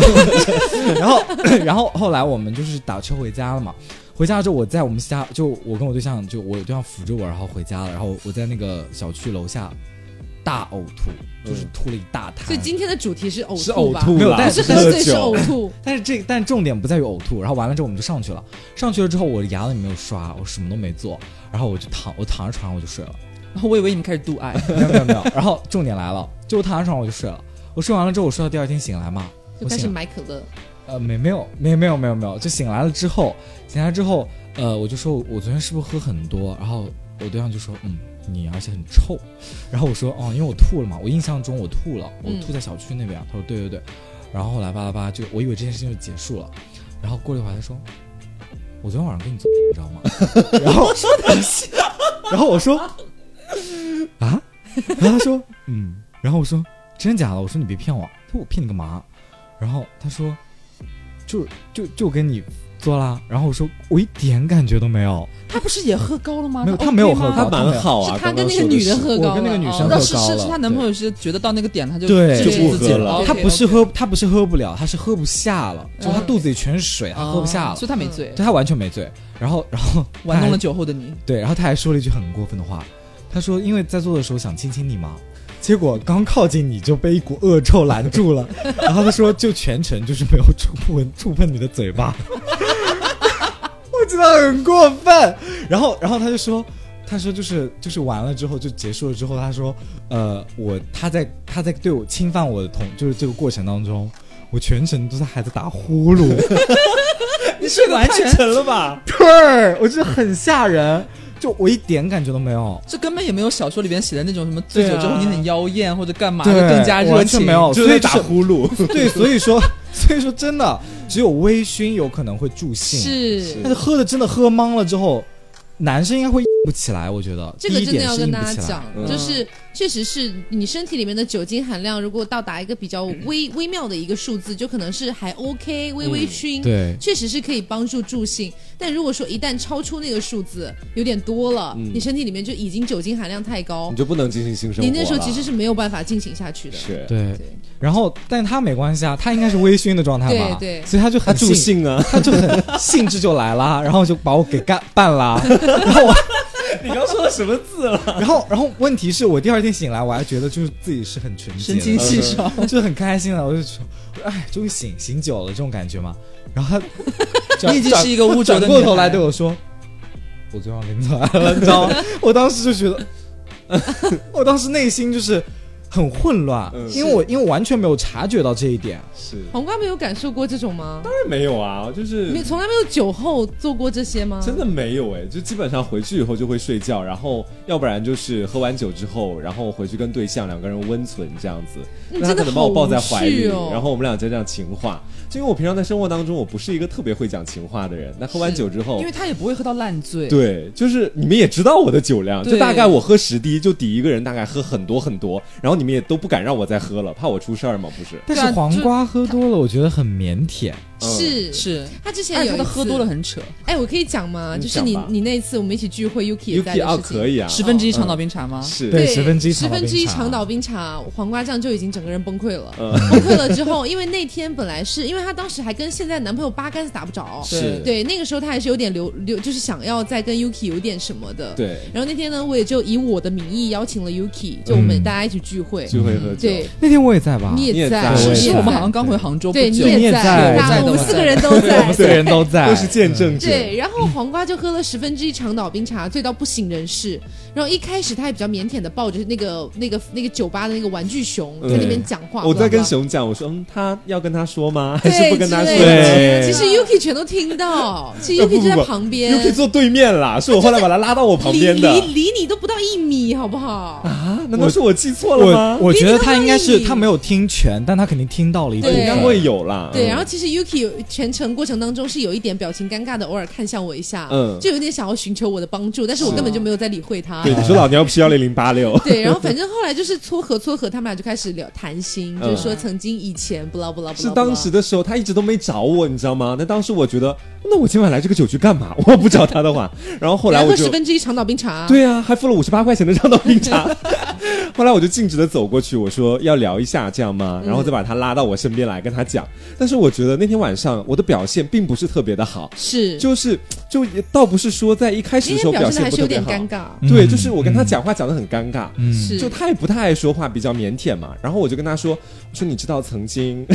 然后后来我们就是打车回家了嘛。回家之后我在我们家，就我跟我对象，就我对象扶着我，然后回家了。然后我在那个小区楼下大呕吐，就是吐了一大滩。 所以今天的主题是呕吐吧？ 是呕吐， 没有， 但是喝醉是呕吐。 但重点不在于呕吐。然后完了之后我们就上去了，之后我的牙都没有刷，我什么都没做，然后我躺着床上我就睡了。 我以为你们开始度爱， 没有。然后重点来了，就我躺着床上我就睡了。我睡完了之后，我睡到第2天醒来嘛， 就开始买可乐。 没有，就醒来之后，我就说我昨天是不是喝很多？然后我对象就说你而且很臭。然后我说因为我吐了嘛，我印象中我吐了，我吐在小区那边。他说对。然后后来巴拉巴拉就我以为这件事情就结束了，然后过了一会儿他说我昨天晚上跟你做，你知道吗？然后说的细，然后我说啊，然后他说然后我说真的假的？我说你别骗我。他说我骗你干嘛？然后他说就跟你做啦。然后我说我一点感觉都没有。 他不是也喝高了吗？ 没有，他没有喝高， 他蛮好啊。 是他跟那个女的喝高了， 我跟那个女生喝高了。 是她男朋友是觉得到那个点他就不喝了。 他不是喝不了，他是喝不下了，就他肚子里全是水，他喝不下了。 所以他没醉， 对，他完全没醉。然后玩弄了酒后的你。 对，然后他还说了一句很过分的话，他说因为在做的时候想亲亲你嘛。结果刚靠近你就被一股恶臭拦住了，然后他说就全程就是没有触碰你的嘴巴，我觉得很过分。然后他说就是完了之后就结束了之后，他说他在对我侵犯我的就是这个过程当中，我全程都还在打呼噜。 你睡得太沉了吧？ 对，我觉得很吓人。就我一点感觉都没有， 这根本也没有小说里边写的那种什么醉酒之后你很妖艳或者干嘛就更加热情， 完全没有， 就在打呼噜。 对，所以说真的只有微醺有可能会助兴， 是， 但是喝的真的喝懵了之后，男生应该会不起来，我觉得这个真的要跟大家讲，就是确实是你身体里面的酒精含量如果到达一个比较微妙的一个数字，就可能是还 OK 微醺， 对， 确实是可以帮助助兴。但如果说一旦超出那个数字有点多了，你身体里面就已经酒精含量太高， 你就不能进行性生活了， 你那时候其实是没有办法进行下去的。 是， 对。然后，但他没关系啊，他应该是微醺的状态嘛， 对， 所以他就很助兴啊， 他就很兴致就来了，然后就把我给办了，然后你刚说了什么字了？ 然后问题是我第2天醒来，我还觉得就是自己是很纯洁的， 神清气爽， 就是很开心的。我就说，哎，终于醒酒了这种感觉嘛。然后他， 你已经是一个污浊的女孩， 转过头来对我说，我昨晚跟你走来了，你知道吗？我当时就觉得， 我当时内心就是很混乱，因为我完全没有察觉到这一点。 是黄瓜没有感受过这种吗？ 当然没有啊，就是从来没有酒后做过这些吗？ 真的没有就基本上回去以后就会睡觉，然后要不然就是喝完酒之后，然后回去跟对象两个人温存这样子。那他可能把我抱在怀里，然后我们俩就这样情话。就因为我平常在生活当中我不是一个特别会讲情话的人，那喝完酒之后， 因为他也不会喝到烂醉。 对，就是你们也知道我的酒量，就大概我喝10滴，就抵一个人大概喝很多很多，然后你们也都不敢让我再喝了，怕我出事儿嘛，不是？ 但是黄瓜喝多了，我觉得很腼腆。 是，他之前有他的喝多了很扯。 我可以讲吗？就是你那一次我们一起聚会 ，Yuki 也在的事情。 可以啊 ，1/10长岛冰茶吗？ 是， 对 ，1/10长岛冰茶，黄瓜酱就已经整个人崩溃了。崩溃了之后，因为那天本来是因为他当时还跟现在男朋友八竿子打不着，对，那个时候他还是有点就是想要再跟 Yuki 有点什么的。 对。 然后那天呢，我也就以我的名义邀请了 Yuki，就我们大家一起聚会， 喝酒。 对， 那天我也在吧？ 你也在， 是我们好像刚回杭州不久。 对，你也在，我们4个人都在。 我们4个人都在， 都是见证者。 对，然后黄瓜就喝了1/10长岛冰茶，醉到不省人事。然后一开始他还比较腼腆的抱着那个酒吧的那个玩具熊在那边讲话。 我在跟熊讲，我说他要跟他说吗？还是不跟他说？ 对，其实 Yuki 全都听到，其实 Yuki 就在旁边。 Yuki 坐对面啦，是我后来把他拉到我旁边的， 离你都不到1米，好不好？ 啊？难道是我记错了吗？ 我觉得他应该是他没有听全，但他肯定听到了一部分， 应该会有啦。 对，然后其实 Yuki 全程过程当中是有一点表情尴尬的，偶尔看向我一下，就有点想要寻求我的帮助，但是我根本就没有在理会他。 对，你说老娘不是10086。 对，然后反正后来就是撮合，他们俩就开始谈心，就是说曾经以前不啦不啦。 是当时的时候他一直都没找我，你知道吗？那当时我觉得，那我今晚来这个酒局干嘛？我不找他的话，然后后来我就喝1/10长岛冰茶。 对啊，还付了58块钱的长岛冰茶。后来我就径直的走过去，我说要聊一下这样吗？然后再把他拉到我身边来跟他讲。但是我觉得那天晚上我的表现并不是特别的好，就也倒不是说在一开始的时候表现不特别好， 还是有点尴尬。 对，就是我跟他讲话讲得很尴尬， 是就他也不太爱说话，比较腼腆嘛。然后我就跟他说你知道曾经。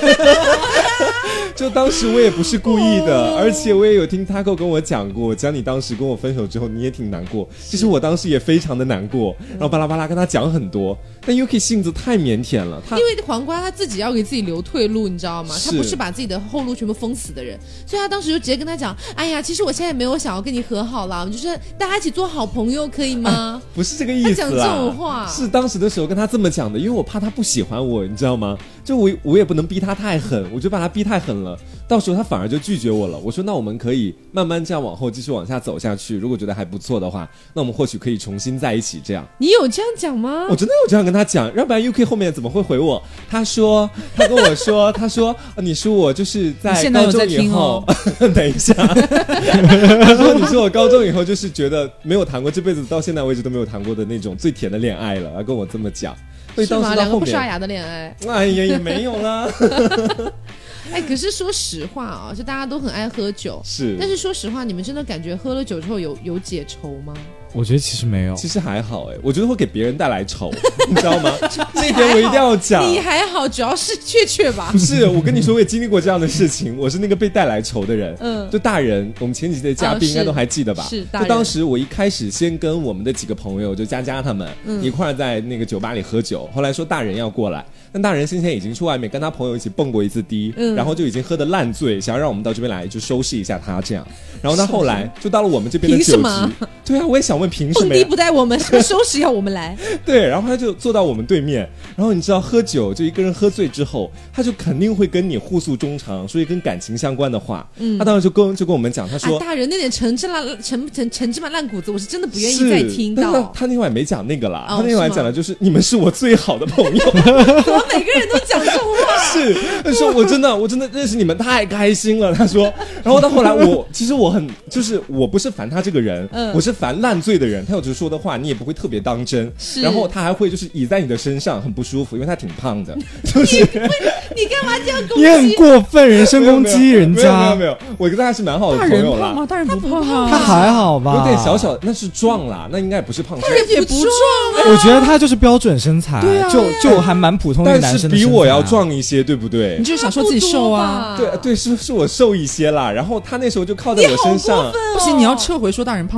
就当时我也不是故意的，而且我也有听 Taco 跟我讲过，讲你当时跟我分手之后你也挺难过，其实我当时也非常的难过，然后巴拉巴拉跟他讲很多，但 Yuki 性子太腼腆了，因为黄瓜他自己要给自己留退路，你知道吗？他不是把自己的后路全部封死的人，所以他当时就直接跟他讲，哎呀，其实我现在也没有想要跟你和好啦，我们就是大家一起做好朋友可以吗？ 不是这个意思啦，他讲这种话是当时的时候跟他这么讲的，因为我怕他不喜欢我，你知道吗？就我也不能逼他太狠，我就把他逼太狠了，到时候他反而就拒绝我了。我说那我们可以慢慢这样往后继续往下走下去，如果觉得还不错的话，那我们或许可以重新在一起这样。 你有这样讲吗？ 我真的有这样跟他讲，要不然 UK 后面怎么会回我？他跟我说他说你说我就是在高中以后等一下他说你说我高中以后就是觉得没有谈过这辈子到现在为止都没有谈过的那种最甜的恋爱了，他跟我这么讲。所以当时到后面 2个不刷牙的恋爱， 哎呀也没有啦。 可是说实话啊，就大家都很爱喝酒， 是， 但是说实话，你们真的感觉喝了酒之后有解愁吗？ 我觉得其实没有， 其实还好我觉得会给别人带来愁，你知道吗？这一点我一定要讲。 你还好，主要是雀吧？ 不是，我跟你说，我也经历过这样的事情，我是那个被带来愁的人。就大人，我们前几期的嘉宾应该都还记得吧？ 是， 就当时我一开始先跟我们的几个朋友，就佳佳他们一块在那个酒吧里喝酒，后来说大人要过来，但大人先前已经去外面跟他朋友一起蹦过一次迪，然后就已经喝得烂醉，想要让我们到这边来就收拾一下他这样。然后他后来就到了我们这边的酒局，凭什么？对啊，我也想问凭什么？ 蹦迪不带我们，收拾要我们来。 对，然后他就坐到我们对面，然后你知道喝酒就一个人喝醉之后，他就肯定会跟你互诉衷肠，说一跟感情相关的话。他当时就跟我们讲，他说、 大人那点陈芝麻烂谷子，我是真的不愿意再听到。 但他那晚没讲那个啦，他那晚讲的就是你们是我最好的朋友。 我每个人都讲这种话。 是，他说我真的认识你们太开心了。他说，然后到后来其实我就是我不是烦他这个人，我是烦烂醉的人。他有时说的话你也不会特别当真，然后他还会就是倚在你的身上很不舒服，因为他挺胖的。就是你干嘛这样攻击？ 你很过分，人身攻击人家。 没有，我跟他是蛮好的朋友啦。 大人不胖啊， 他还好吧？ 有点小小，那是壮啦，那应该也不是胖。 大人也不壮啊。 我觉得他就是标准身材，就还蛮普通的男生的身材， 但是比我要壮一些，对不对？ 你就是想说自己瘦啊？ 对，是我瘦一些啦。然后他那时候就靠在我身上。 不行，你要撤回说大人胖这件事情。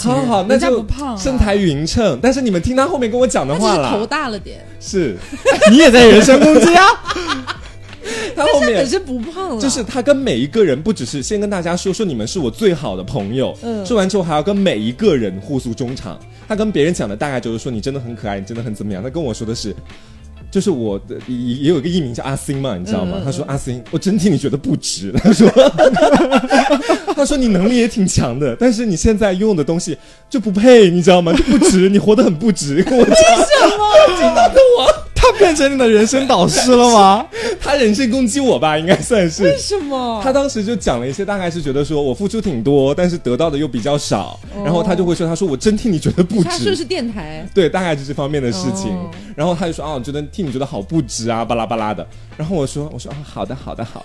情人。 好，那就不胖， 身材匀称。但是你们听他后面跟我讲的话了， 他只是头大了点。 是， 你也在人身攻击啊？ 他后面本身不胖了， 就是他跟每一个人，不只是先跟大家说你们是我最好的朋友，说完之后还要跟每一个人互诉衷肠。他跟别人讲的大概就是说你真的很可爱，你真的很怎么样。他跟我说的是。就是我的也有一个艺名叫阿星嘛，你知道吗？他说阿星，我真替你觉得不值。他说你能力也挺强的，但是你现在拥有的东西就不配，你知道吗？就不值，你活得很不值。跟我讲为什么？ 听到的我。 他变成你的人生导师了吗？ 他人身攻击我吧，应该算是。 为什么？ 他当时就讲了一些，大概是觉得说我付出挺多，但是得到的又比较少，然后他就会说，他说我真替你觉得不值。 他说是电台， 对，大概是这方面的事情。然后他就说我觉得替你觉得好不值啊，巴拉巴拉的。然后我说好的。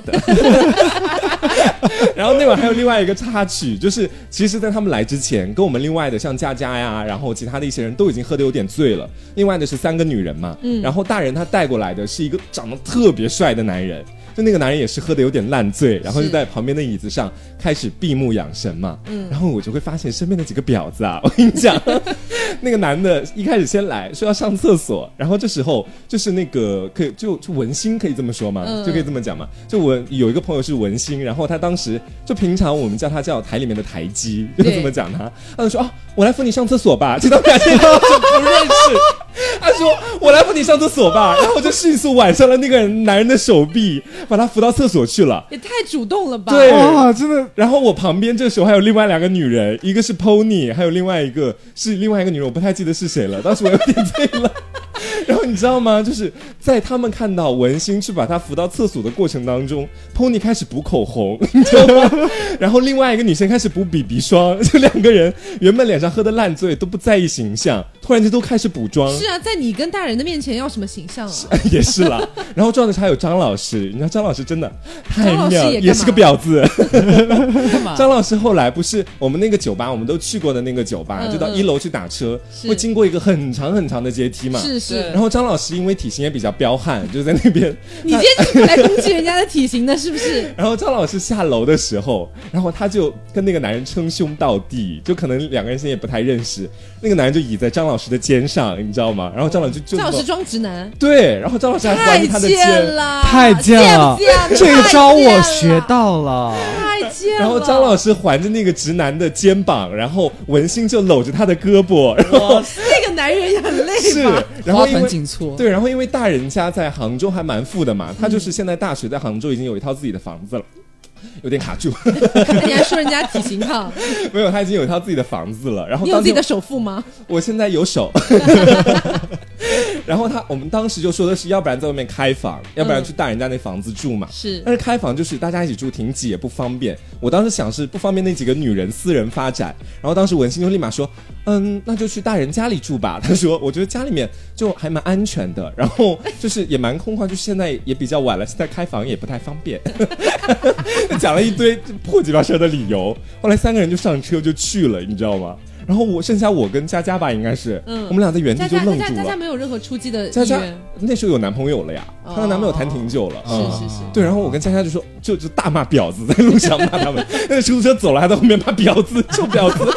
然后那晚还有另外一个插曲，就是其实在他们来之前，跟我们另外的像佳佳呀，然后其他的一些人都已经喝得有点醉了。另外的是3个女人嘛，然后大人他带过来的是一个长得特别帅的男人，就那个男人也是喝得有点烂醉，然后就在旁边的椅子上开始闭目养神嘛。然后我就会发现身边的几个婊子啊，我跟你讲，那个男的一开始先来说要上厕所，然后这时候就是那个可以就文心可以这么说嘛，就可以这么讲嘛。就我有一个朋友是文心，然后他当时就平常我们叫他叫台里面的台鸡，就这么讲他就说我来扶你上厕所吧，这当然就不认识。他说我来扶你上厕所吧，然后就迅速挽上了那个男人的手臂，把他扶到厕所去了。 也太主动了吧。 对， 哇，真的。 然后我旁边这时候还有另外2个女人，一个是 Pony， 还有另外一个是另外一个女人，我不太记得是谁了，当时我有点醉了。然后你知道吗，就是在他们看到文心去把他扶到厕所的过程当中， Pony 开始补口红，你知道吗？然后另外一个女生开始补 BB 霜，就2个人原本脸上喝的烂醉都不在意形象，突然间都开始补妆。 是啊，在你跟大人的面前要什么形象啊？ 也是啦。然后重要的是还有张老师，你知道张老师真的太妙，也是个婊子。张老师后来不是我们那个酒吧，我们都去过的那个酒吧，就到1楼去打车，会经过一个很长很长的阶梯嘛。 是。 然后张老师因为体型也比较彪悍，就在那边。 你今天是来攻击人家的体型的，是不是？ 然后张老师下楼的时候，然后他就跟那个男人称兄道弟，就可能2个人现在也不太认识。那个男人就倚在张老师的肩上，你知道吗？然后张老师就张老师装直男， 对，然后张老师还环着他的肩， 太贱了，这一招我学到了， 太贱了。 然后张老师环着那个直男的肩膀，然后文心就搂着他的胳膊，然后那个男人也很累是，然后花团锦簇， 对，然后因为大人家在杭州还蛮富的嘛，他就是现在大学在杭州已经有一套自己的房子了。有点卡住。 你还说人家体型胖？ 没有，他已经有一套自己的房子了。然后你有自己的首付吗？ 我现在有手。然后我们当时就说的是，要不然在外面开房，要不然去大人家那房子住嘛。 是， 但是开房就是大家一起住挺挤也不方便。我当时想是不方便那几个女人私人发展。然后当时文心就立马说，那就去大人家里住吧。他说，我觉得家里面就还蛮安全的，然后就是也蛮空旷，就是现在也比较晚了，现在开房也不太方便。讲了一堆破鸡巴事的理由。后来3个人就上车就去了，你知道吗？然后剩下我跟佳佳吧，应该是，我们俩在原地就愣住了。 佳佳没有任何出击的意愿。 佳佳那时候有男朋友了呀，她跟男朋友谈挺久了。 是。 对，然后我跟佳佳就说，就大骂婊子，在路上骂他们。那个出租车走了，还在后面骂婊子，臭婊子。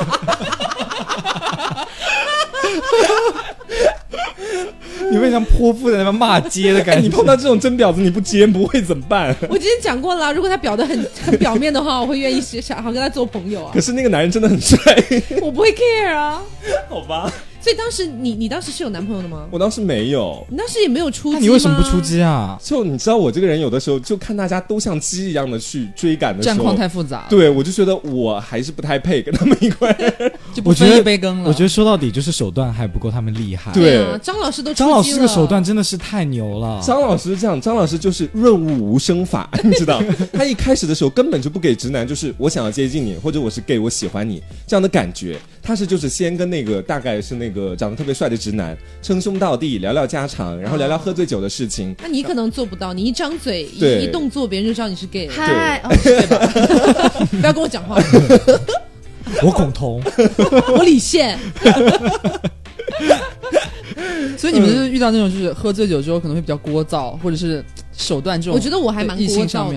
你会像泼妇在那边骂街的感觉。 你碰到这种真婊子，你不接不会怎么办？ 我之前讲过了，如果他表得很表面的话，我会愿意好好跟他做朋友啊。 可是那个男人真的很帅， 我不会 care 啊。 好吧。 所以当时你当时是有男朋友的吗？ 我当时没有。 你当时也没有出击吗？ 你为什么不出击啊？ 就你知道我这个人有的时候就看大家都像鸡一样的去追赶的时候， 战况太复杂。 对，我就觉得我还是不太配跟他们一块儿， 就不分一杯羹了。 我觉得说到底就是手段还不够他们厉害。 对啊，张老师都出击了。张老师这个手段真的是太牛了。 张老师这样，张老师就是润物无声法，你知道，他一开始的时候根本就不给直男，就是我想要接近你，或者我是 gay， 我喜欢你这样的感觉。他就是先跟那个大概是那个长得特别帅的直男称兄道弟，聊聊家常，然后聊聊喝醉酒的事情。 那你可能做不到，你一张嘴一动作，别人就知道你是 gay。 嗨， 对吧？不要跟我讲话。 我恐同， 我李现。 所以你们就是遇到那种就是喝醉酒之后可能会比较聒噪，或者是手段这种， 我觉得我还蛮聒噪的。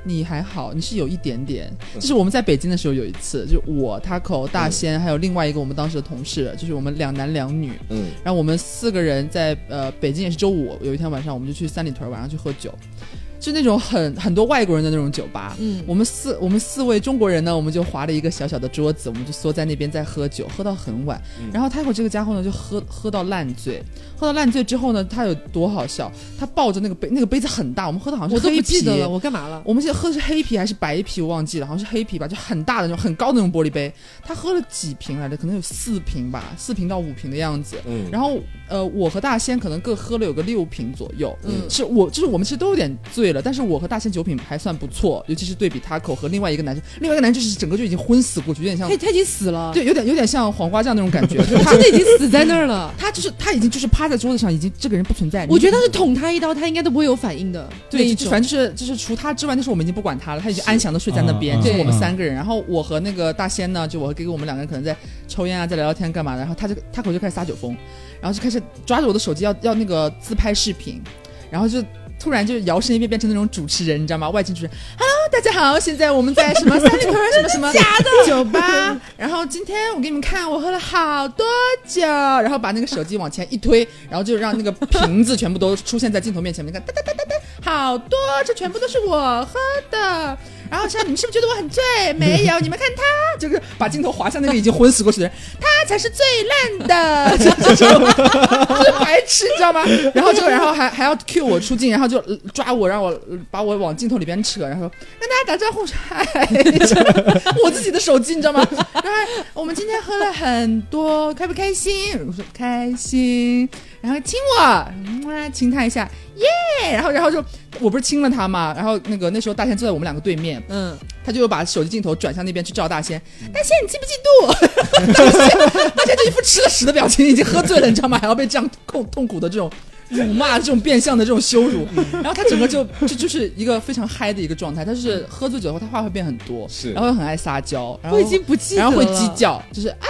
你还好，你是有一点点。就是我们在北京的时候有一次，就我 Taco 大仙还有另外一个我们当时的同事，就是我们2男2女，然后我们4个人在北京也是周五，有一天晚上我们就去三里屯晚上去喝酒。是那种很多外国人的那种酒吧，我们四位中国人呢，我们就划了一个小小的桌子，我们就缩在那边在喝酒，喝到很晚。然后Taco这个家伙呢，就喝到烂醉，喝到烂醉之后呢，他有多好笑？他抱着那个杯子很大，我们喝的好像是黑啤， 我都不记得了，我干嘛了？ 我们记得喝的是黑啤还是白啤，我忘记了，好像是黑啤吧，就很大的那种很高的那种玻璃杯。他喝了几瓶来着？可能有4瓶吧，4瓶到5瓶的样子。然后我和大仙可能各喝了有个6瓶左右。就是我们其实都有点醉了，但是我和大仙酒品还算不错，尤其是对比Taco和另外一个男生，另外一个男生就是整个就已经昏死过去，有点像他已经死了， 对，有点像黄瓜酱那种感觉， 他真的已经死在那儿了。 他已经就是趴在桌子上，已经这个人不存在。 我觉得他是捅他一刀，他应该都不会有反应的。 对，反正就是除他之外，那时候我们已经不管他了，他已经安详的睡在那边，就是我们3个人。然后我和那个大仙呢，就我跟我们2个人可能在抽烟啊，在聊聊天干嘛的。然后Taco就开始撒酒疯，然后就开始抓着我的手机要那个自拍视频，然后就突然就摇身一变成那种主持人，你知道吗？外景主持人 ，Hello， 大家好，现在我们在什么三里屯什么什么假的酒吧，然后今天我给你们看，我喝了好多酒，然后把那个手机往前一推，然后就让那个瓶子全部都出现在镜头面前，你看，哒哒哒哒哒，好多，这全部都是我喝的。然后像你们是不是觉得我很醉？没有，你们看他，就是把镜头滑向那个已经昏死过去的人，他才是最烂的，就是白痴，你知道吗？然后还要 cue 我出镜，然后就抓我，让我把我往镜头里边扯，然后说跟大家打招呼，嗨，我自己的手机，你知道吗？然后我们今天喝了很多，开不开心？我说开心。然后亲我，亲他一下，耶！然后就我不是亲了他嘛，然后那时候大仙坐在我们2个对面，他就把手机镜头转向那边去照大仙，大仙你嫉不嫉妒？大仙就一副吃了屎的表情，已经喝醉了，你知道吗？还要被这样痛苦的这种辱骂，这种变相的这种羞辱，然后他整个就是一个非常嗨的一个状态。他就是喝醉酒后，他话会变很多，是，然后很爱撒娇，然后我已经不记得了， 然后会鸡叫，就是啊。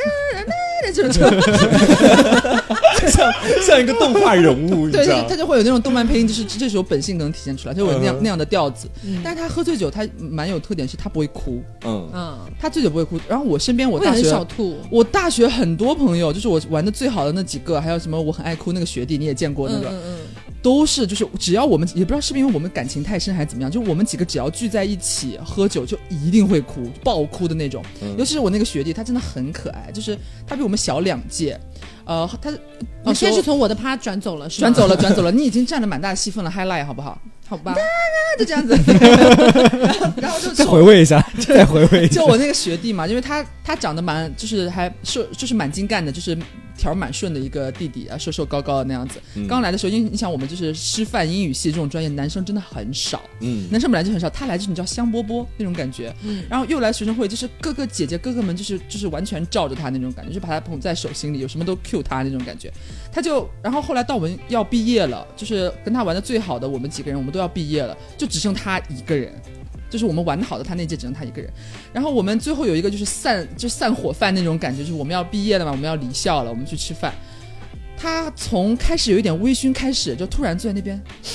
像一个动画人物， 对，他就会有那种动漫配音，就是这时候本性能体现出来，就有那样的调子。但是他喝醉酒，他蛮有特点，是他不会哭。他醉酒不会哭。然后我身边我大学很少吐， 我大学很多朋友，就是我玩的最好的那几个，还有什么我很爱哭那个学弟，你也见过那个，都是就是只要我们也不知道是不是因为我们感情太深还是怎么样，就我们几个只要聚在一起喝酒，就一定会哭，爆哭的那种。尤其是我那个学弟，他真的很可爱，就是他比我们小2届。 你现在是从我的趴转走了，是吗？ 转走了，你已经占了蛮大的戏份了 ，highlight 好不好？ 好吧， 就这样子，然后就再回味一下， 就我那个学弟嘛，因为他长得蛮就是还就是蛮精干的，就是条蛮顺的一个弟弟啊，瘦高高的那样子。刚来的时候，因为你想我们就是师范英语系这种专业，男生真的很少，男生本来就很少，他来就是你知道香饽饽那种感觉，然后又来学生会，就是各个姐姐哥哥们就是完全罩着他那种感觉，就把他捧在手心里，有什么都 cue 他那种感觉。他就然后后来到我们要毕业了，就是跟他玩的最好的我们几个人，我们都要毕业了，就只剩他一个人。就是我们玩的好的，他那届只剩他一个人。然后我们最后有一个就是散伙饭那种感觉，就是我们要毕业了嘛，我们要离校了，我们去吃饭。他从开始有一点微醺开始，就突然坐在那边，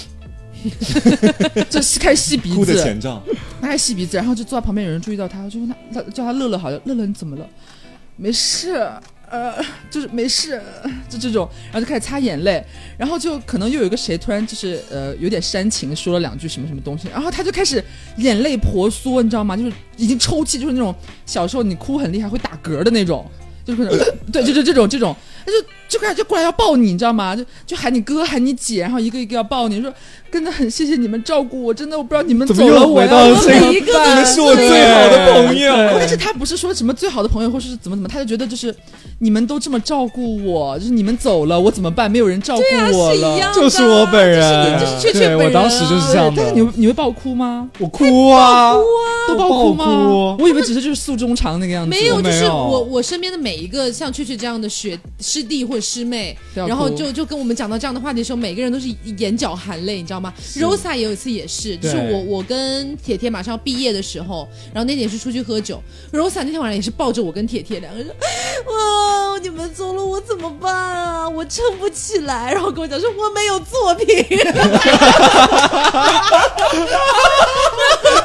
就开始吸鼻子， 哭的前兆。 他开始吸鼻子，然后就坐在旁边，有人注意到他，就问他叫他乐乐好，乐乐你怎么了？没事。就是没事，就这种，然后就开始擦眼泪，然后就可能又有一个谁突然就是有点煽情说了2句什么什么东西，然后他就开始眼泪婆娑，你知道吗？就是已经抽泣，就是那种小时候你哭很厉害会打嗝的那种，就是可能对，就是这种，就开始就过来要抱你，你知道吗？就喊你哥喊你姐，然后一个一个要抱你，说真的很谢谢你们照顾我，真的我不知道你们走了我要每一个，你们是我最好的朋友。 但是他不是说什么最好的朋友，或是怎么，他就觉得就是你们都这么照顾我，就是你们走了我怎么办？没有人照顾我了， 就是我本人， 就是确本人， 我当时就是这样的。 但是你会爆哭吗？ 我哭啊， 都爆哭吗？我以为只是就是诉衷肠那个样子， 没有，就是我身边的每一个像雀雀这样的师弟或者师妹，然后就跟我们讲到这样的话题的时候，每个人都是眼角含泪，你知道吗 ？Rosa 也有一次也是，就是我跟铁铁马上要毕业的时候，然后那天是出去喝酒 ，Rosa 那天晚上也是抱着我跟铁铁2个人，哇，你们走了我怎么办啊？我撑不起来，然后跟我讲说我没有作品。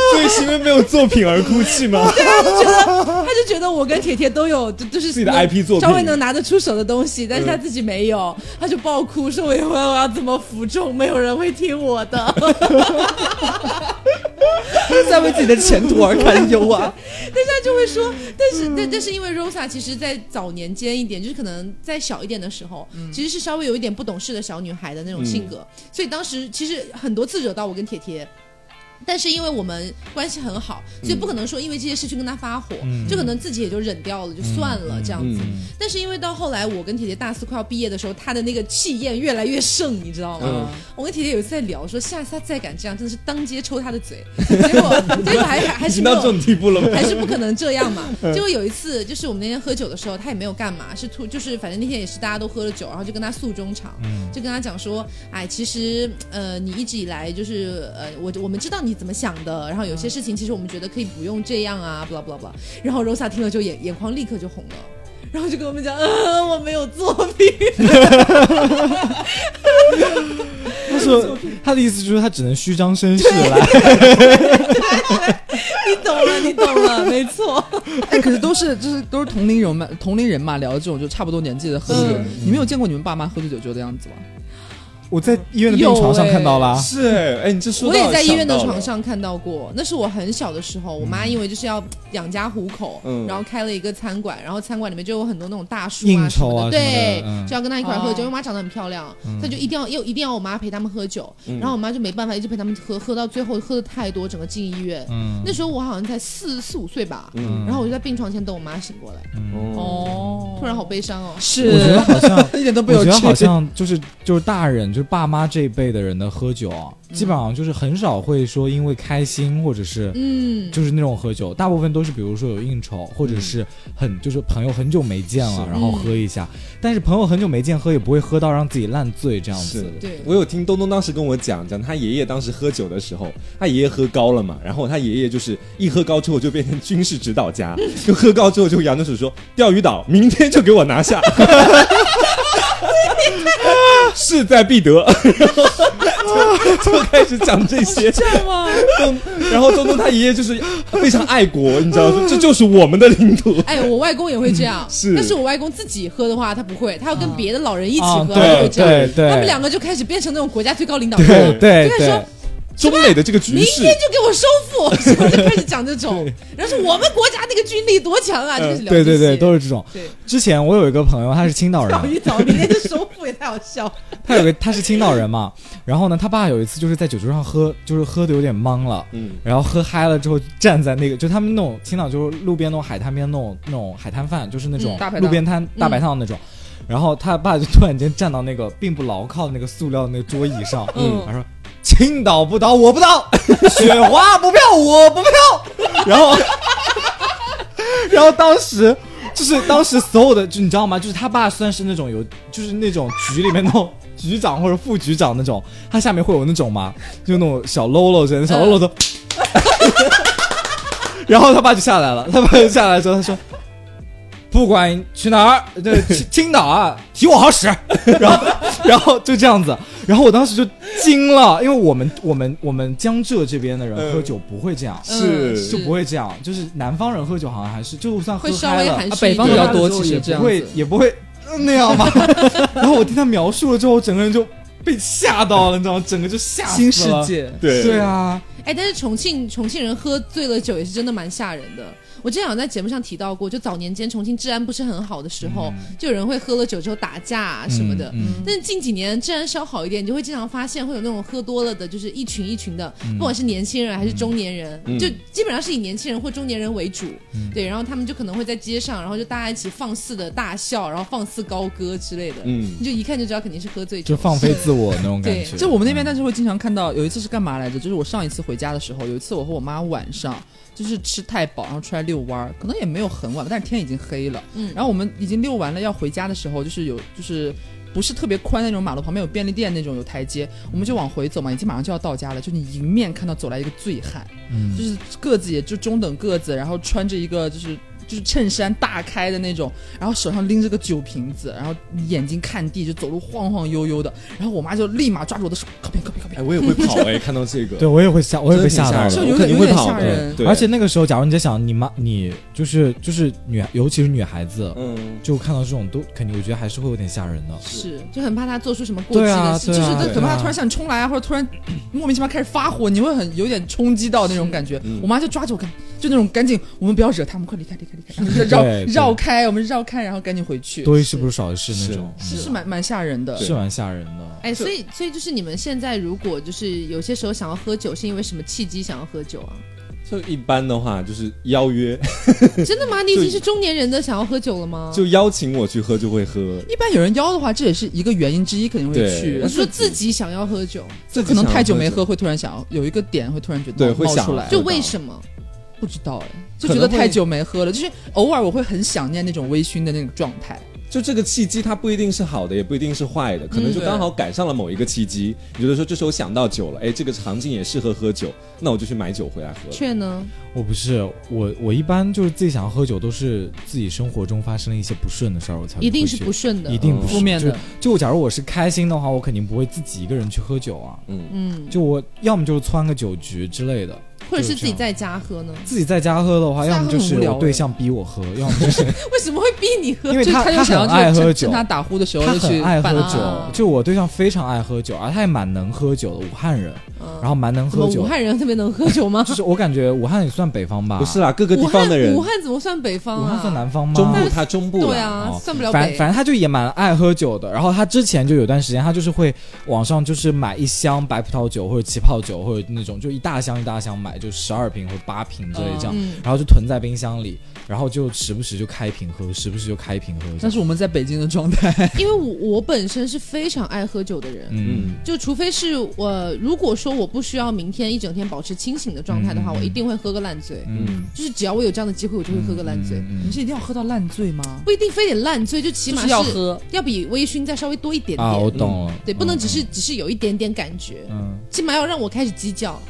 所以是因为没有作品而哭泣吗？ 对啊，他就觉得我跟铁铁都有就是自己的 IP 作品， 稍微能拿得出手的东西，但是他自己没有，他就爆哭说：“我以后我要怎么服众？没有人会听我的。” 在为自己的前途而堪忧啊！ 但是他就会说，但是因为 Rosa 其实在早年间一点，就是可能在小一点的时候，其实是稍微有一点不懂事的小女孩的那种性格，所以当时其实很多次惹到我跟铁铁。但是因为我们关系很好，所以不可能说因为这些事去跟他发火，就可能自己也就忍掉了，就算了这样子。但是因为到后来我跟铁铁大四快要毕业的时候，他的那个气焰越来越盛，你知道吗？我跟铁铁有一次在聊说，下次他再敢这样，真的是当街抽他的嘴。结果还是到这种地步了吗？ 还是不可能这样嘛。结果有一次就是我们那天喝酒的时候，他也没有干嘛，就是反正那天也是大家都喝了酒，然后就跟他诉衷肠，就跟他讲说，哎，其实你一直以来就是我们知道你怎么想的，然后有些事情其实我们觉得可以不用这样啊 blah blah blah。 然后 Rosa 听了就眼眶立刻就红了，然后就跟我们讲我没有作品。 他说他的意思就是他只能虚张声势来。 你懂了，没错。 哎，可是都是同龄人嘛，聊这种就差不多年纪的喝酒，你没有见过你们爸妈喝醉酒就这样子吗？ 我在医院的病床上看到啦。 是哎，你这说到我也在医院的床上看到过。那是我很小的时候，我妈因为就是要养家糊口，然后开了一个餐馆，然后餐馆里面就有很多那种大叔应酬啊， 对，就要跟她一块喝酒。因为我妈长得很漂亮，她就一定要我妈陪他们喝酒，然后我妈就没办法一直陪他们喝到最后喝的太多，整个进医院。那时候我好像才4、5岁吧，然后我就在病床前等我妈醒过来。突然好悲伤哦。 是， 我觉得好像一点都不有趣。 我觉得好像就是大人，就是爸妈这一辈的人的喝酒啊，基本上就是很少会说因为开心或者是就是那种喝酒，大部分都是比如说有应酬，或者是就是朋友很久没见了，然后喝一下。但是朋友很久没见喝也不会喝到让自己烂醉这样子。 对， 我有听东东当时跟我讲他爷爷当时喝酒的时候，他爷爷喝高了嘛，然后他爷爷就是一喝高之后就变成军事指导家，就喝高之后就扬着手说钓鱼岛明天就给我拿下。势在必得。就开始讲这些， 这样吗？ 然后东东他爷爷就是非常爱国，你知道吗？这就是我们的领土。 哎，我外公也会这样，但是我外公自己喝的话他不会，他要跟别的老人一起喝，他会这样。他们两个就开始变成那种国家最高领导人， 对， 就开始说中美的这个局势， 明天就给我收复，就开始讲这种。然后说我们国家那个军力多强啊，就开始聊这些。 对，都是这种。之前我有一个朋友，他是青岛人， 钓鱼岛明天就收复也太好笑。 他是青岛人嘛，然后呢，他爸有一次就是在酒桌上喝，就是喝的有点懵了，然后喝嗨了之后站在那个，就他们那种青岛就是路边那种海滩边那种海滩饭，就是那种路边摊大排档那种。然后他爸就突然间站到那个并不牢靠的那个塑料的那个桌椅上，他说：“青岛不倒我不倒，雪花不飘我不飘。”然后当时所有的，就你知道吗？就是他爸算是那种就是那种局里面那种局长或者副局长那种，他下面会有那种嘛，就那种小喽啰人，小喽啰都。然后他爸就下来了，之后他说。不管去哪儿，青岛啊，提我好使。然后就这样子，然后我当时就惊了，因为我们江浙这边的人喝酒不会这样，就不会这样，就是南方人喝酒好像还是就算喝嗨了， 北方比较多，其实这样子也不会那样嘛。然后我听他描述了之后，我整个人就被吓到了，你知道吗？整个就吓死了。 新世界， 对啊。 哎，但是重庆人喝醉了酒也是真的蛮吓人的。我之前好像在节目上提到过，就早年间重庆治安不是很好的时候，就有人会喝了酒之后打架啊什么的。但是近几年治安稍好一点，你就会经常发现会有那种喝多了的，就是一群一群的，不管是年轻人还是中年人，就基本上是以年轻人或中年人为主。对，然后他们就可能会在街上，然后就大家一起放肆的大笑，然后放肆高歌之类的。你就一看就知道肯定是喝醉酒， 就放飞自我那种感觉。 就我们那边，但是会经常看到，有一次是干嘛来着？就是我上一次回家的时候，有一次我和我妈晚上就是吃太饱，然后出来遛弯，可能也没有很晚，但是天已经黑了。然后我们已经遛完了，要回家的时候，就是不是特别宽那种马路旁边有便利店那种有台阶，我们就往回走嘛，已经马上就要到家了。就你迎面看到走来一个醉汉，就是个子也就中等个子，然后穿着一个就是就是衬衫大开的那种，然后手上拎着个酒瓶子，然后眼睛看地，就走路晃晃悠悠的。然后我妈就立马抓住我的手，靠边靠边靠边。 我也会跑看到这个， 对我也会吓到的， 有点吓人。 而且那个时候，假如你在想你就是尤其是女孩子，就看到这种都肯定，我觉得还是会有点吓人的。 是，就很怕她做出什么过激的事， 就是很怕她突然向你冲来啊，或者突然莫名其妙开始发火，你会有点冲击到那种感觉。我妈就抓着我，就那种赶紧，我们不要惹他们，快离开，绕开，我们绕开，然后赶紧回去。 多一事不如少一事那种， 是蛮吓人的， 是蛮吓人的。 哎，所以就是你们现在如果就是有些时候想要喝酒，是因为什么契机想要喝酒啊？ 就一般的话就是邀约。 真的吗？你已经是中年人的想要喝酒了吗？ 就邀请我去喝就会喝。 一般有人邀的话，这也是一个原因之一，肯定会去。 我说自己想要喝酒， 可能太久没喝，会突然想要有一个点，会突然觉得冒出来。 就为什么？ 不知道就觉得太久没喝了，就是偶尔我会很想念那种微醺的那种状态。 就这个契机它不一定是好的，也不一定是坏的，可能就刚好赶上了某一个契机。你觉得说这时候想到酒了，这个场景也适合喝酒，那我就去买酒回来喝。 却呢？ 我不是，我一般就是自己想要喝酒，都是自己生活中发生了一些不顺的事儿，我才会。 一定是不顺的， 一定不负面的。 就假如我是开心的话，我肯定不会自己一个人去喝酒啊。就我要么就是窜个酒局之类的。 或者是自己在家喝呢？ 自己在家喝的话，要么就是我对象逼我喝，要么就是为什么会逼你喝？ 因为他很爱喝酒， 趁他打呼的时候他很爱喝酒。就我对象非常爱喝酒，而他也蛮能喝酒的，武汉人，然后蛮能喝酒。 武汉人特别能喝酒吗？ 就是我感觉武汉也算北方吧？ 不是啦，各个地方的人。 武汉怎么算北方啊？ 武汉算南方吗？ 中部，他中部。 对啊，算不了北。 反正他就也蛮爱喝酒的。然后他之前就有段时间，他就是会网上就是买一箱白葡萄酒或者起泡酒或者那种就一大箱买，就12瓶或者8瓶之类这样，然后就囤在冰箱里，然后就时不时就开瓶喝，时不时就开瓶喝。 但是我们在北京的状态， 因为我本身是非常爱喝酒的人，就除非是如果说我不需要明天一整天保持清醒的状态的话，我一定会喝个烂醉。就是只要我有这样的机会，我就会喝个烂醉。 你是一定要喝到烂醉吗？ 不一定非得烂醉，就起码是要喝， 要比微醺再稍微多一点点啊。我懂了， 对，不能只是有一点点感觉，起码要让我开始鸡叫。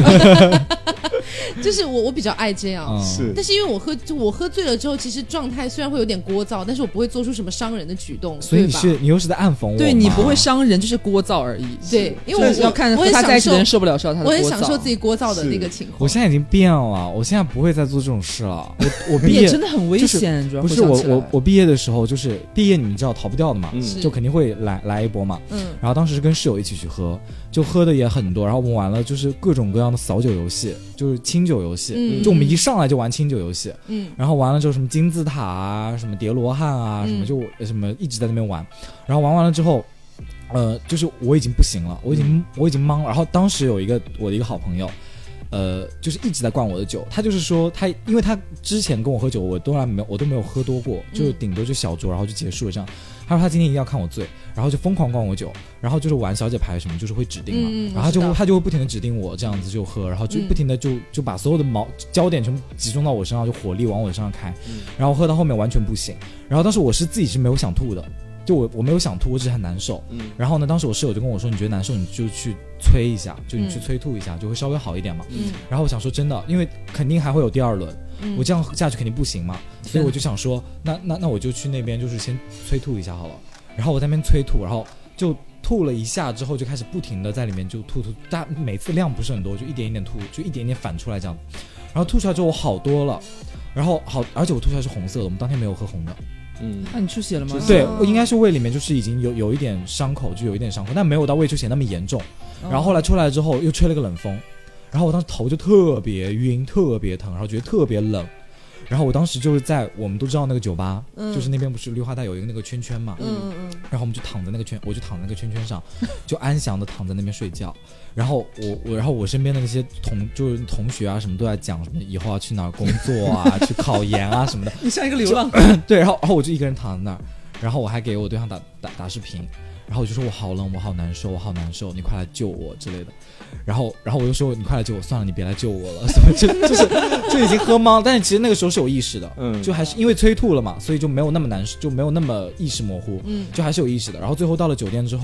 就是我比较爱这样， 是。 但是因为我喝醉了之后，其实状态虽然会有点聒噪，但是我不会做出什么伤人的举动。 所以你又是在暗讽我？ 对，你不会伤人，就是聒噪而已。 对，因为我要看和他在一起的人受不了他的聒噪。 我很享受自己聒噪的那个情况。 我现在已经变了，我现在不会再做这种事了。我毕业真的很危险， 不是我毕业的时候，就是毕业你们知道逃不掉的嘛，就肯定会来一波嘛。然后当时是跟室友一起去喝，就喝的也很多，然后我们玩了就是各种各样的扫酒游戏，就是清酒游戏，就我们一上来就玩清酒游戏，然后完了之后什么金字塔啊，什么叠罗汉啊，什么一直在那边玩，然后玩完了之后，就是我已经不行了，我已经懵了。然后当时有我的一个好朋友，就是一直在灌我的酒，他就是说因为他之前跟我喝酒，我都没有喝多过，就顶多就小酌，然后就结束了这样。他说他今天一定要看我醉，然后就疯狂灌我酒，然后就是玩小姐牌什么，就是会指定嘛，然后他就会不停的指定我这样子就喝，然后就不停的就把所有的焦点全部集中到我身上，就火力往我身上开，然后喝到后面完全不行。然后当时我自己是没有想吐的，就我没有想吐，我只是很难受。然后呢，当时我室友就跟我说，你觉得难受你就去催一下，就你去催吐一下，就会稍微好一点嘛。然后我想说真的，因为肯定还会有第二轮，我这样下去肯定不行嘛，所以我就想说那我就去那边就是先催吐一下好了。然后我在那边催吐，然后就吐了一下之后就开始不停的在里面就吐，但每次量不是很多，就一点一点吐，就一点点反出来这样。然后吐出来之后我好多了，然后而且我吐出来是红色的，我们当天没有喝红的。 那你出血了吗？ 对，我应该是胃里面就是已经有一点伤口，但没有到胃出血那么严重。然后后来出来之后又吹了个冷风，然后我当时头就特别晕，特别疼，然后觉得特别冷。然后我当时就是在我们都知道那个酒吧，就是那边不是绿化带有一个那个圈圈嘛，然后我们就躺在那个圈，我就躺在那个圈圈上，就安详的躺在那边睡觉。然后我身边的那些同学啊什么都在讲什么以后要去哪儿工作啊，去考研啊什么的。 你像一个流浪。 对，然后我就一个人躺在那儿，然后我还给我对象打视频。然后我就说我好冷，我好难受，你快来救我之类的。然后我就说你快来救我，算了，你别来救我了，什么就已经喝懵。但是其实那个时候是有意识的，就还是因为催吐了嘛，所以就没有那么难受，就没有那么意识模糊，就还是有意识的。然后最后到了酒店之后，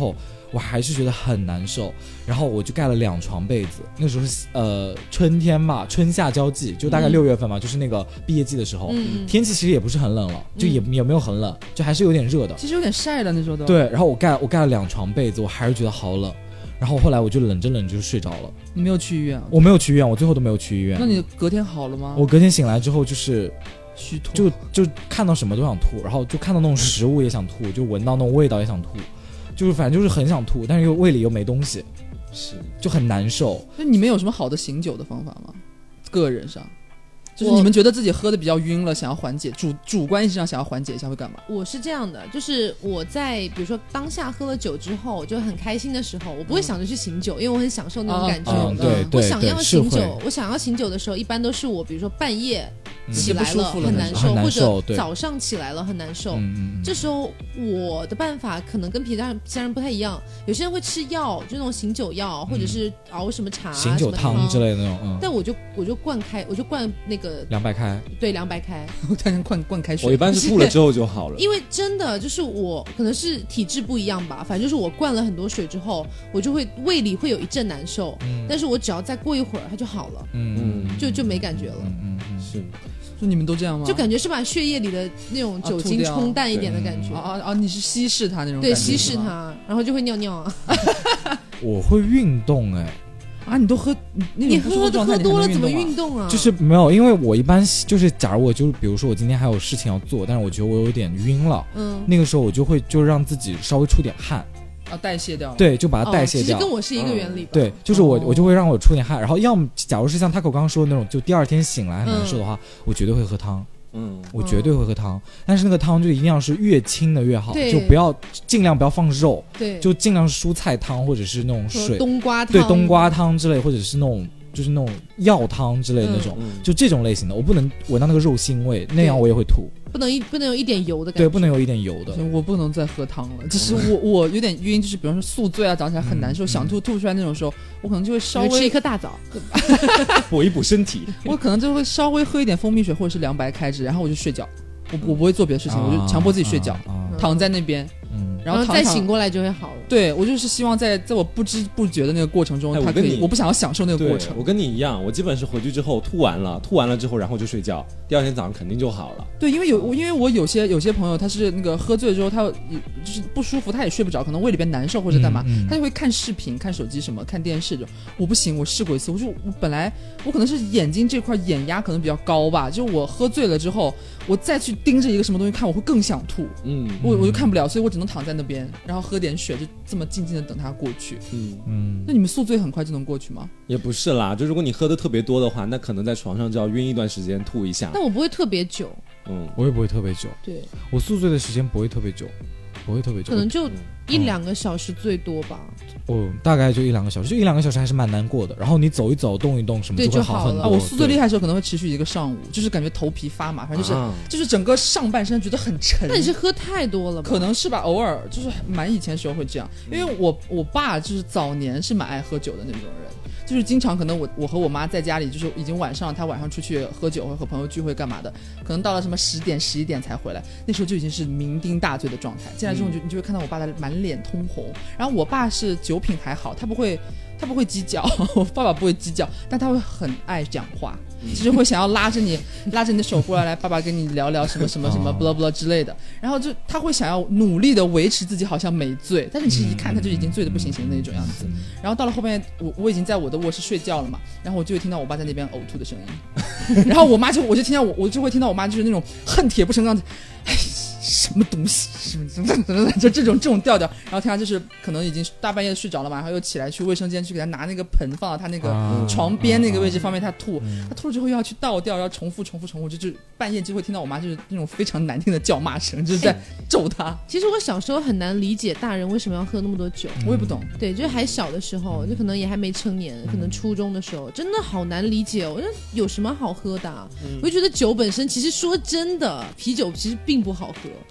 我还是觉得很难受。然后我就盖了2床被子，那时候是春天吧，春夏交际，就大概6月份嘛，就是那个毕业季的时候，天气其实也不是很冷了，就也没有很冷，就还是有点热的， 其实有点晒了那时候都。 对，然后我盖了2床被子，我还是觉得好冷。然后后来我就冷着就睡着了。 你没有去医院？ 我没有去医院，我最后都没有去医院。 那你隔天好了吗？ 我隔天醒来之后就是虚脱， 就看到什么都想吐，然后就看到那种食物也想吐，就闻到那种味道也想吐，就是反正就是很想吐，但是胃里又没东西， 是就很难受。 那你们有什么好的醒酒的方法吗？个人上。就是你们觉得自己喝的比较晕了，想要缓解，主观意识上想要缓解一下会干嘛？ 我是这样的，就是我在比如说当下喝了酒之后，就很开心的时候，我不会想着去醒酒，因为我很享受那种感觉。 对， 我想要醒酒，我想要醒酒的时候，一般都是我比如说半夜起来了很难受，或者早上起来了很难受。这时候我的办法可能跟其他人不太一样，有些人会吃药，就那种醒酒药，或者是熬什么茶、 醒酒汤之类的那种。 但我就灌那个。 凉白开， 对，凉白开， 我当然灌开水。 我一般是吐了之后就好了， 因为真的就是我可能是体质不一样吧，反正就是我灌了很多水之后，我就会胃里会有一阵难受，但是我只要再过一会儿它就好了，就没感觉了。 是， 就你们都这样吗？ 就感觉是把血液里的那种酒精冲淡一点的感觉。 你是稀释它那种感觉？ 对，稀释它，然后就会尿尿啊。 我会运动你都喝， 你喝多了怎么运动啊？ 就是没有，因为我一般就是假如我就比如说我今天还有事情要做，但是我觉得我有点晕了，那个时候我就会让自己稍微出点汗。 代谢掉。 对，就把它代谢掉。 其实跟我是一个原理吧。 对，就是我就会让我出点汗，然后要么假如是像Taco刚刚说的那种，就第二天醒来很难受的话，我绝对会喝汤。我绝对会喝汤，但是那个汤就一定要是越清的越好，就尽量不要放肉， 对， 就尽量是蔬菜汤或者是那种水冬瓜汤， 对，冬瓜汤之类，或者是那种就是那种药汤之类的那种，就这种类型的，我不能闻到那个肉腥味，那样我也会吐。 不能有一点油的感觉。 对，不能有一点油的。 我不能再喝汤了，就是我有点晕，就是比方说宿醉啊，早上起来很难受，想吐出来那种时候，我可能就会稍微吃一颗大枣， 补一补身体。 我可能就会稍微喝一点蜂蜜水或者是凉白开汁，然后我就睡觉。我不会做别的事情，我就强迫自己睡觉，躺在那边，然后再醒过来就会好了。 对，我就是希望在我不知不觉的那个过程中，它可以，我不想要享受那个过程。 我跟你一样，我基本是回去之后吐完了之后，然后就睡觉，第二天早上肯定就好了。 对，因为我有些朋友他是那个喝醉之后，他就是不舒服，他也睡不着，可能胃里边难受或者干嘛，他就会看视频、看手机什么、看电视。我不行，我试过一次，我本来我可能是眼睛这块眼压可能比较高吧，就我喝醉了之后，我再去盯着一个什么东西看，我会更想吐。我就看不了，所以我只能躺在那边，然后喝点水，就这么静静的等它过去。那你们宿醉很快就能过去吗？ 也不是啦，就如果你喝的特别多的话，那可能在床上就要晕一段时间，吐一下。 但我不会特别久。 我也不会特别久。 对， 我宿醉的时间不会特别久，可能就1-2个小时最多吧。 大概就1-2个小时，就1-2个小时还是蛮难过的。然后你走一走、动一动什么就会好很多。 我宿醉厉害的时候可能会持续1个上午，就是感觉头皮发麻，反正就是整个上半身觉得很沉。 那你是喝太多了吧？ 可能是吧，偶尔就是蛮以前时候会这样，因为我爸就是早年是蛮爱喝酒的那种人。就是经常可能我和我妈在家里，就是已经晚上，她晚上出去喝酒或和朋友聚会干嘛的，可能到了什么10点11点才回来，那时候就已经是酩酊大醉的状态。进来之后你就会看到我爸的满脸通红，然后我爸是酒品还好，他不会计较，我爸爸不会计较，但他会很爱讲话，就是会想要拉着你的手过来，爸爸跟你聊聊什么什么什么 blah blah 之类的，然后就他会想要努力的维持自己好像没醉，但是其实一看他就已经醉得不行的那种样子。然后到了后面我已经在我的卧室睡觉了嘛，然后我就会听到我爸在那边呕吐的声音，然后我就会听到我妈就是那种恨铁不成钢的，哎，什么东西，就这种调调，然后听他就是可能已经大半夜睡着了嘛，然后又起来去卫生间去给他拿那个盆放到他那个床边那个位置，方便他吐，他吐了之后又要去倒掉，要重复，就半夜就会听到我妈就是那种非常难听的叫骂声，就是在咒他。 其实我小时候很难理解大人为什么要喝那么多酒， 我也不懂。 对，就是还小的时候，就可能也还没成年，可能初中的时候，真的好难理解哦。那有什么好喝的我就觉得酒本身，其实说真的，啤酒其实并不好喝。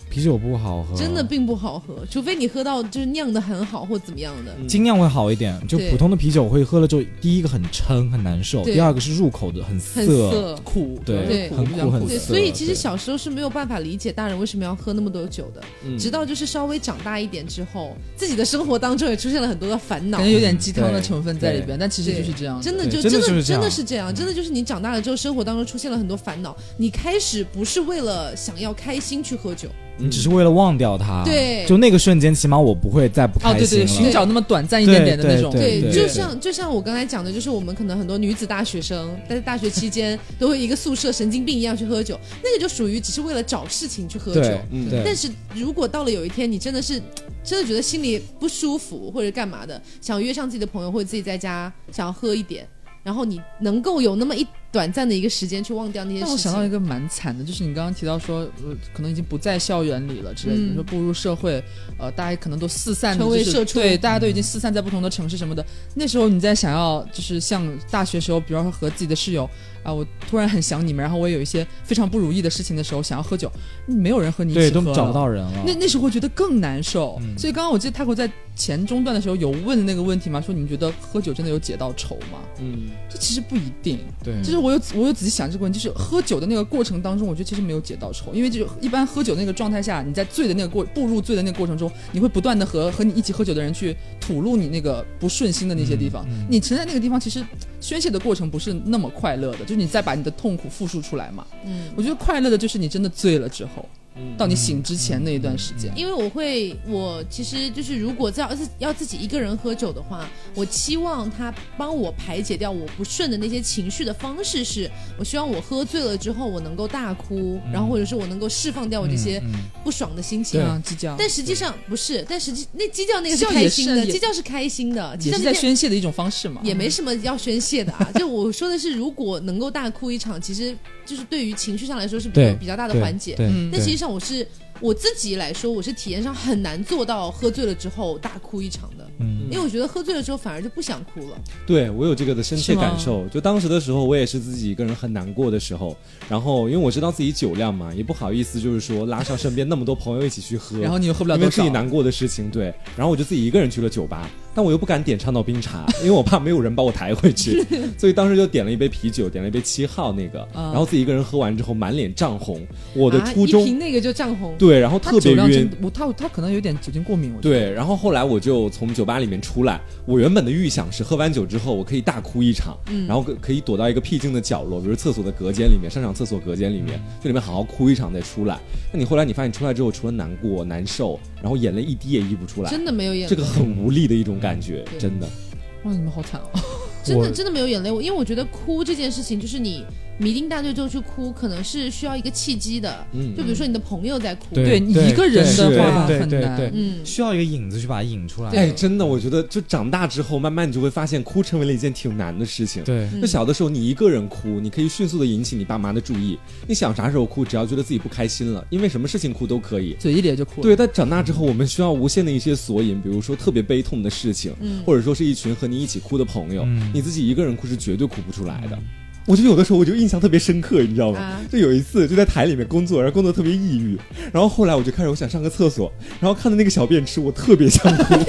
啤酒不好喝， 真的并不好喝，除非你喝到就是酿的很好或怎么样的。 精酿会好一点，就普通的啤酒会喝了之后，第一个很撑很难受，第二个是入口的很涩苦， 对，很苦很涩。 所以其实小时候是没有办法理解大人为什么要喝那么多酒的，直到就是稍微长大一点之后，自己的生活当中也出现了很多的烦恼， 感觉有点鸡汤的成分在里边，但其实就是这样， 真的是这样，真的就是你长大了之后，生活当中出现了很多烦恼，你开始不是为了想要开心去喝酒。 你只是为了忘掉它， 对， 就那个瞬间，起码我不会再不开心了。 对，寻找那么短暂一点点的那种。 对，就像我刚才讲的，就是我们可能很多女子大学生在大学期间都会一个宿舍神经病一样去喝酒，那个就属于只是为了找事情去喝酒。但是如果到了有一天你真的觉得心里不舒服或者干嘛的，想约上自己的朋友或者自己在家想要喝一点，然后你能够有那么一短暂的一个时间去忘掉那些事情。 但我想到一个蛮惨的，就是你刚刚提到说，可能已经不在校园里了之类的，比如说步入社会，大家可能都四散， 成为社畜， 对，大家都已经四散在不同的城市什么的。那时候你在想要，就是像大学时候，比方说和自己的室友我突然很想你们，然后我也有一些非常不如意的事情的时候，想要喝酒，没有人和你一起喝， 对，都找不到人了。 那时候会觉得更难受。所以刚刚我记得Taco在前中段的时候有问那个问题嘛，说你们觉得喝酒真的有解到愁吗？这其实不一定。对，就是我有仔细想这个问题，就是喝酒的那个过程当中，我觉得其实没有解到愁，因为就一般喝酒那个状态下，你在醉的那个步入醉的那个过程中，你会不断的和你一起喝酒的人去吐露你那个不顺心的那些地方。你沉在那个地方，其实宣泄的过程不是那么快乐的，就是你再把你的痛苦复述出来嘛。我觉得快乐的就是你真的醉了之后。到你醒之前那一段时间， 因为我其实就是如果要自己一个人喝酒的话，我期望他帮我排解掉我不顺的那些情绪的方式是，我希望我喝醉了之后我能够大哭，然后或者是我能够释放掉我这些不爽的心情。 鸡叫， 但实际上不是，那鸡叫那个是开心的，鸡叫是开心的， 也是在宣泄的一种方式嘛， 也没什么要宣泄的啊。就我说的是，如果能够大哭一场，其实就是对于情绪上来说是比较大的缓解。但实际上我自己来说，我是体验上很难做到喝醉了之后大哭一场的。因为我觉得喝醉了之后反而就不想哭了。 对，我有这个的深切感受。就当时的时候，我也是自己一个人很难过的时候，然后因为我知道自己酒量嘛，也不好意思就是说拉上身边那么多朋友一起去喝， 然后你又喝不了多少， 因为自己难过的事情。对，然后我就自己一个人去了酒吧，但我又不敢点长岛冰茶，因为我怕没有人把我抬回去，所以当时就点了一杯啤酒，点了一杯7号那个，然后自己一个人喝完之后满脸涨红。我的初衷一瓶那个就涨红。 对，然后特别晕， 他可能有点酒精过敏。 对，然后后来我就从酒吧里面出来，我原本的预想是喝完酒之后我可以大哭一场，然后可以躲到一个僻静的角落，比如厕所的隔间里面，商场厕所隔间里面，就里面好好哭一场再出来。那你后来你发现出来之后，除了难过难受，然后眼泪一滴也溢不出来， 真的没有眼泪， 这个很无力的一种感觉，真的。 哇，你们好惨哦！ 真的没有眼泪，因为我觉得哭这件事情，就是你酩酊大醉之后去哭，可能是需要一个契机的。就比如说你的朋友在哭， 对你一个人的话很难， 需要一个影子去把它引出来。 哎，真的，我觉得就长大之后，慢慢你就会发现，哭成为了一件挺难的事情。 对， 就小的时候你一个人哭，你可以迅速的引起你爸妈的注意。你想啥时候哭，只要觉得自己不开心了，因为什么事情哭都可以， 嘴一咧就哭了。 对，但长大之后，我们需要无限的一些索引，比如说特别悲痛的事情，或者说是一群和你一起哭的朋友，你自己一个人哭是绝对哭不出来的。我觉得有的时候我就印象特别深刻，你知道吗？就有一次就在台里面工作，然后工作特别抑郁，然后后来我就开始我想上个厕所，然后看到那个小便池，我特别想哭。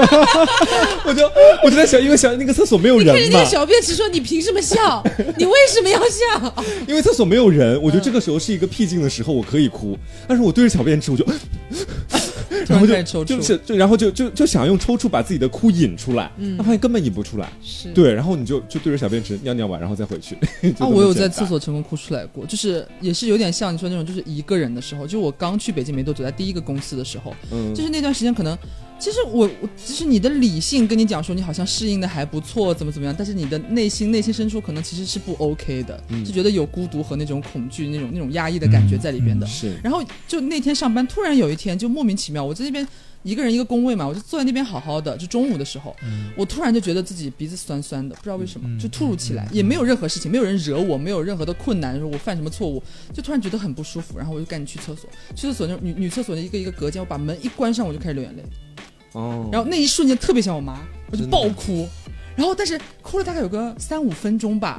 我就在想，因为那个厕所没有人嘛，你看着那个小便池说你凭什么笑？你为什么要笑？ 因为厕所没有人，我觉得这个时候是一个僻静的时候，我可以哭，但是我对着小便池我就然后就想用抽搐把自己的哭引出来，发现根本引不出来。对，然后你就对着小便池尿尿完，然后再回去。 我有在厕所成功哭出来过，就是也是有点像你说那种，就是一个人的时候，就我刚去北京没多久，在第一个公司的时候，就是那段时间可能。其实就是你的理性跟你讲说你好像适应的还不错，怎么样，但是你的内心深处可能其实是不 OK 的，就觉得有孤独和那种恐惧、那种压抑的感觉在里边的。 是。 然后就那天上班，突然有一天就莫名其妙，我在那边一个人一个工位嘛，我就坐在那边好好的，就中午的时候，我突然就觉得自己鼻子酸酸的，不知道为什么，就突如其来，也没有任何事情，没有人惹我，没有任何的困难，说我犯什么错误，就突然觉得很不舒服，然后我就赶紧去厕所，那种女厕所的一个一个隔间，我把门一关上，我就开始流眼泪。然后那一瞬间特别像我妈，我就爆哭，然后但是哭了大概有个3-5分钟吧，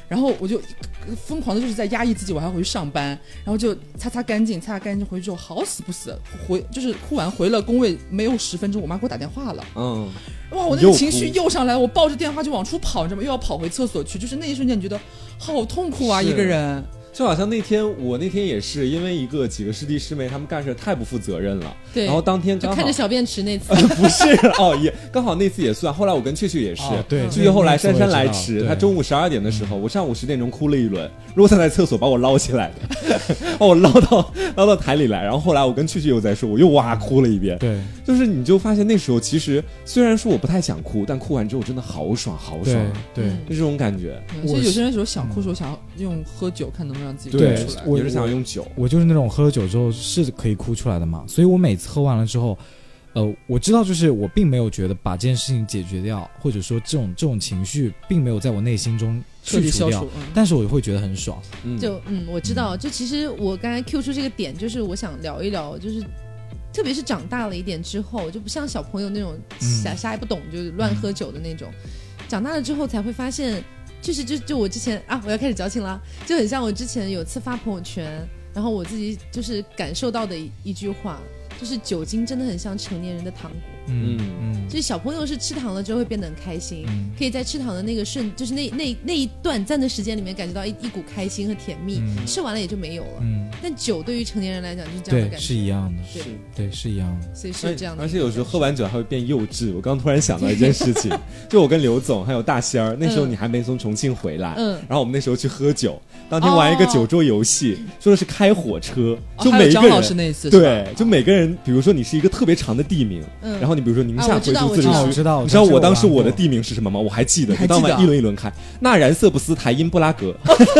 然后我就疯狂的就是在压抑自己，我还要回去上班，然后就擦干净回去之后好死不死就是哭完回了工位没有10分钟，我妈给我打电话了。哇，我那个情绪又上来了，我抱着电话就往出跑，你知道吗？又要跑回厕所去，就是那一瞬间你觉得好痛苦啊，一个人。 就好像我那天也是因为几个师弟师妹他们干事太不负责任了， 对， 然后当天刚好就看着小便池那次， 不是也刚好那次也算。后来我跟雀雀也是， 对， 至于后来珊珊来迟，她中午12点的时候，我上午10点钟哭了一轮，如果她在厕所把我捞起来的，把我捞到台里来，然后后来我跟雀雀又在说，我又哇哭了一遍。 对， 就是你就发现那时候其实虽然说我不太想哭，但哭完之后真的好爽， 对， 就这种感觉。 所以有些人有时候想哭的时候，想要用喝酒看能不能让自己哭出来。 我就是想用酒， 我就是那种喝了酒之后是可以哭出来的嘛，所以我每次喝完了之后，我知道就是我并没有觉得把这件事情解决掉，或者说这种情绪并没有在我内心中去除掉，但是我会觉得很爽。 我知道，就其实我刚才 Q 出这个点，就是我想聊一聊，就是特别是长大了一点之后，就不像小朋友那种啥也不懂就乱喝酒的那种，长大了之后才会发现。就我之前我要开始矫情了，就很像我之前有次发朋友圈，然后我自己就是感受到的一句话，就是酒精真的很像成年人的糖果。就是小朋友是吃糖了之后会变得很开心，可以在吃糖的那个就是那一短暂的时间里面感觉到一股开心和甜蜜，吃完了也就没有了。但酒对于成年人来讲就是这样的感觉， 对，是一样的，对，是一样的， 所以是这样的。 而且有时候喝完酒还会变幼稚。我刚突然想到一件事情，就我跟刘总还有大仙儿，那时候你还没从重庆回来，然后我们那时候去喝酒，当天玩一个酒桌游戏，说的是开火车，就每一个人， 张老师那一次， 对，就每个人，比如说你是一个特别长的地名，然后你比如说宁夏回族自治区， 我知道你知道我当时我的地名是什么吗？我还记得，当晚一轮一轮开，纳然瑟布斯台因布拉格。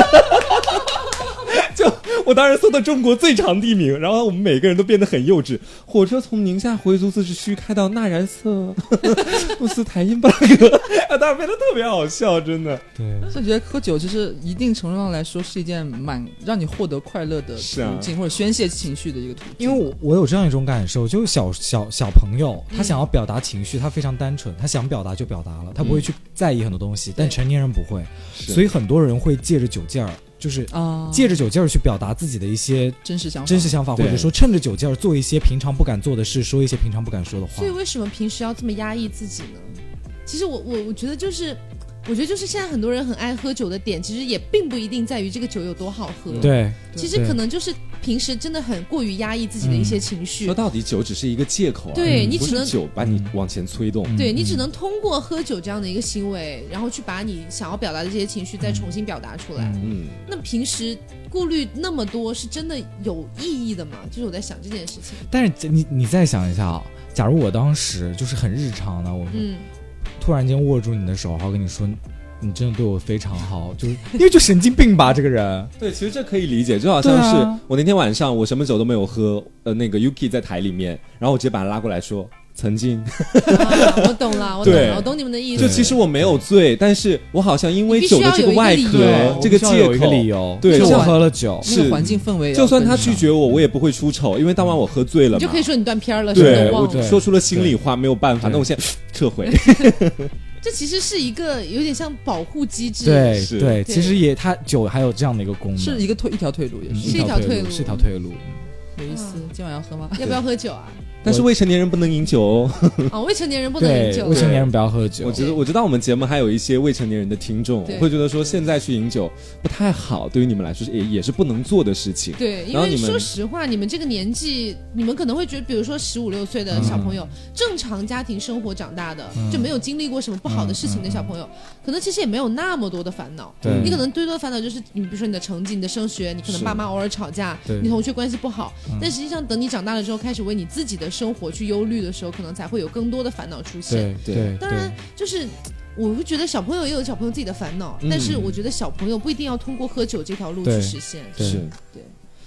就我当时搜的中国最长地名，然后我们每个人都变得很幼稚。火车从宁夏回族自治区开到纳然瑟布斯台因布拉格，当时变得特别好笑，真的。 对， 所以觉得喝酒其实一定程度上来说是一件蛮让你获得快乐的途径，或者宣泄情绪的一个途径。 因为我有这样一种感受，就是小朋友他想要表达情绪，他非常单纯，他想表达就表达了，他不会去在意很多东西，但成年人不会，所以很多人会借着酒劲儿。就是借着酒劲儿去表达自己的一些真实想法，或者说趁着酒劲儿做一些平常不敢做的事，说一些平常不敢说的话。 所以为什么平时要这么压抑自己呢？其实我觉得就是。我觉得就是现在很多人很爱喝酒的点，其实也并不一定在于这个酒有多好喝。 对， 其实可能就是平时真的很过于压抑自己的一些情绪。 说到底，酒只是一个借口， 对你只能不是酒把你往前推动。 对你只能通过喝酒这样的一个行为，然后去把你想要表达的这些情绪再重新表达出来。那平时顾虑那么多，是真的有意义的吗？就是我在想这件事情。 但是你再想一下啊，假如我当时就是很日常的，我突然间握住你的手，然后跟你说你真的对我非常好，就是因为就神经病吧这个人。 对，其实这可以理解，就好像是我那天晚上我什么酒都没有喝，那个 Yuki 在台里面，然后我直接把他拉过来说曾经我懂了我懂你们的意思。 就其实我没有醉，但是我好像因为酒的这个外壳这个借口， 一个理由， 对， 我喝了酒， 那个环境氛围， 就算他拒绝我也不会出丑，因为当晚我喝醉了嘛， 你就可以说你断片了， 对，我说出了心里话，没有办法，那我现在撤回。 这其实是一个有点像保护机制， 对，其实它酒还有这样的一个功能， 是一条退路，也是一条退路， 是一条退路。 有意思，今晚要喝吗？ 要不要喝酒啊？ 但是未成年人不能饮酒哦。 未成年人不能饮酒， 未成年人不要喝酒。 我知道我们节目还有一些未成年人的听众，会觉得说现在去饮酒不太好，对于你们来说也是不能做的事情。 对，因为说实话，你们这个年纪，你们可能会觉得，比如说15、16岁的小朋友，正常家庭生活长大的，就没有经历过什么不好的事情的小朋友，可能其实也没有那么多的烦恼。你可能最多的烦恼就是你比如说你的成绩、你的升学，你可能爸妈偶尔吵架，你同学关系不好，但实际上等你长大了之后，开始为你自己的生活去忧虑的时候，可能才会有更多的烦恼出现。 对， 当然就是我会觉得小朋友也有小朋友自己的烦恼，但是我觉得小朋友不一定要通过喝酒这条路去实现。 是， 对。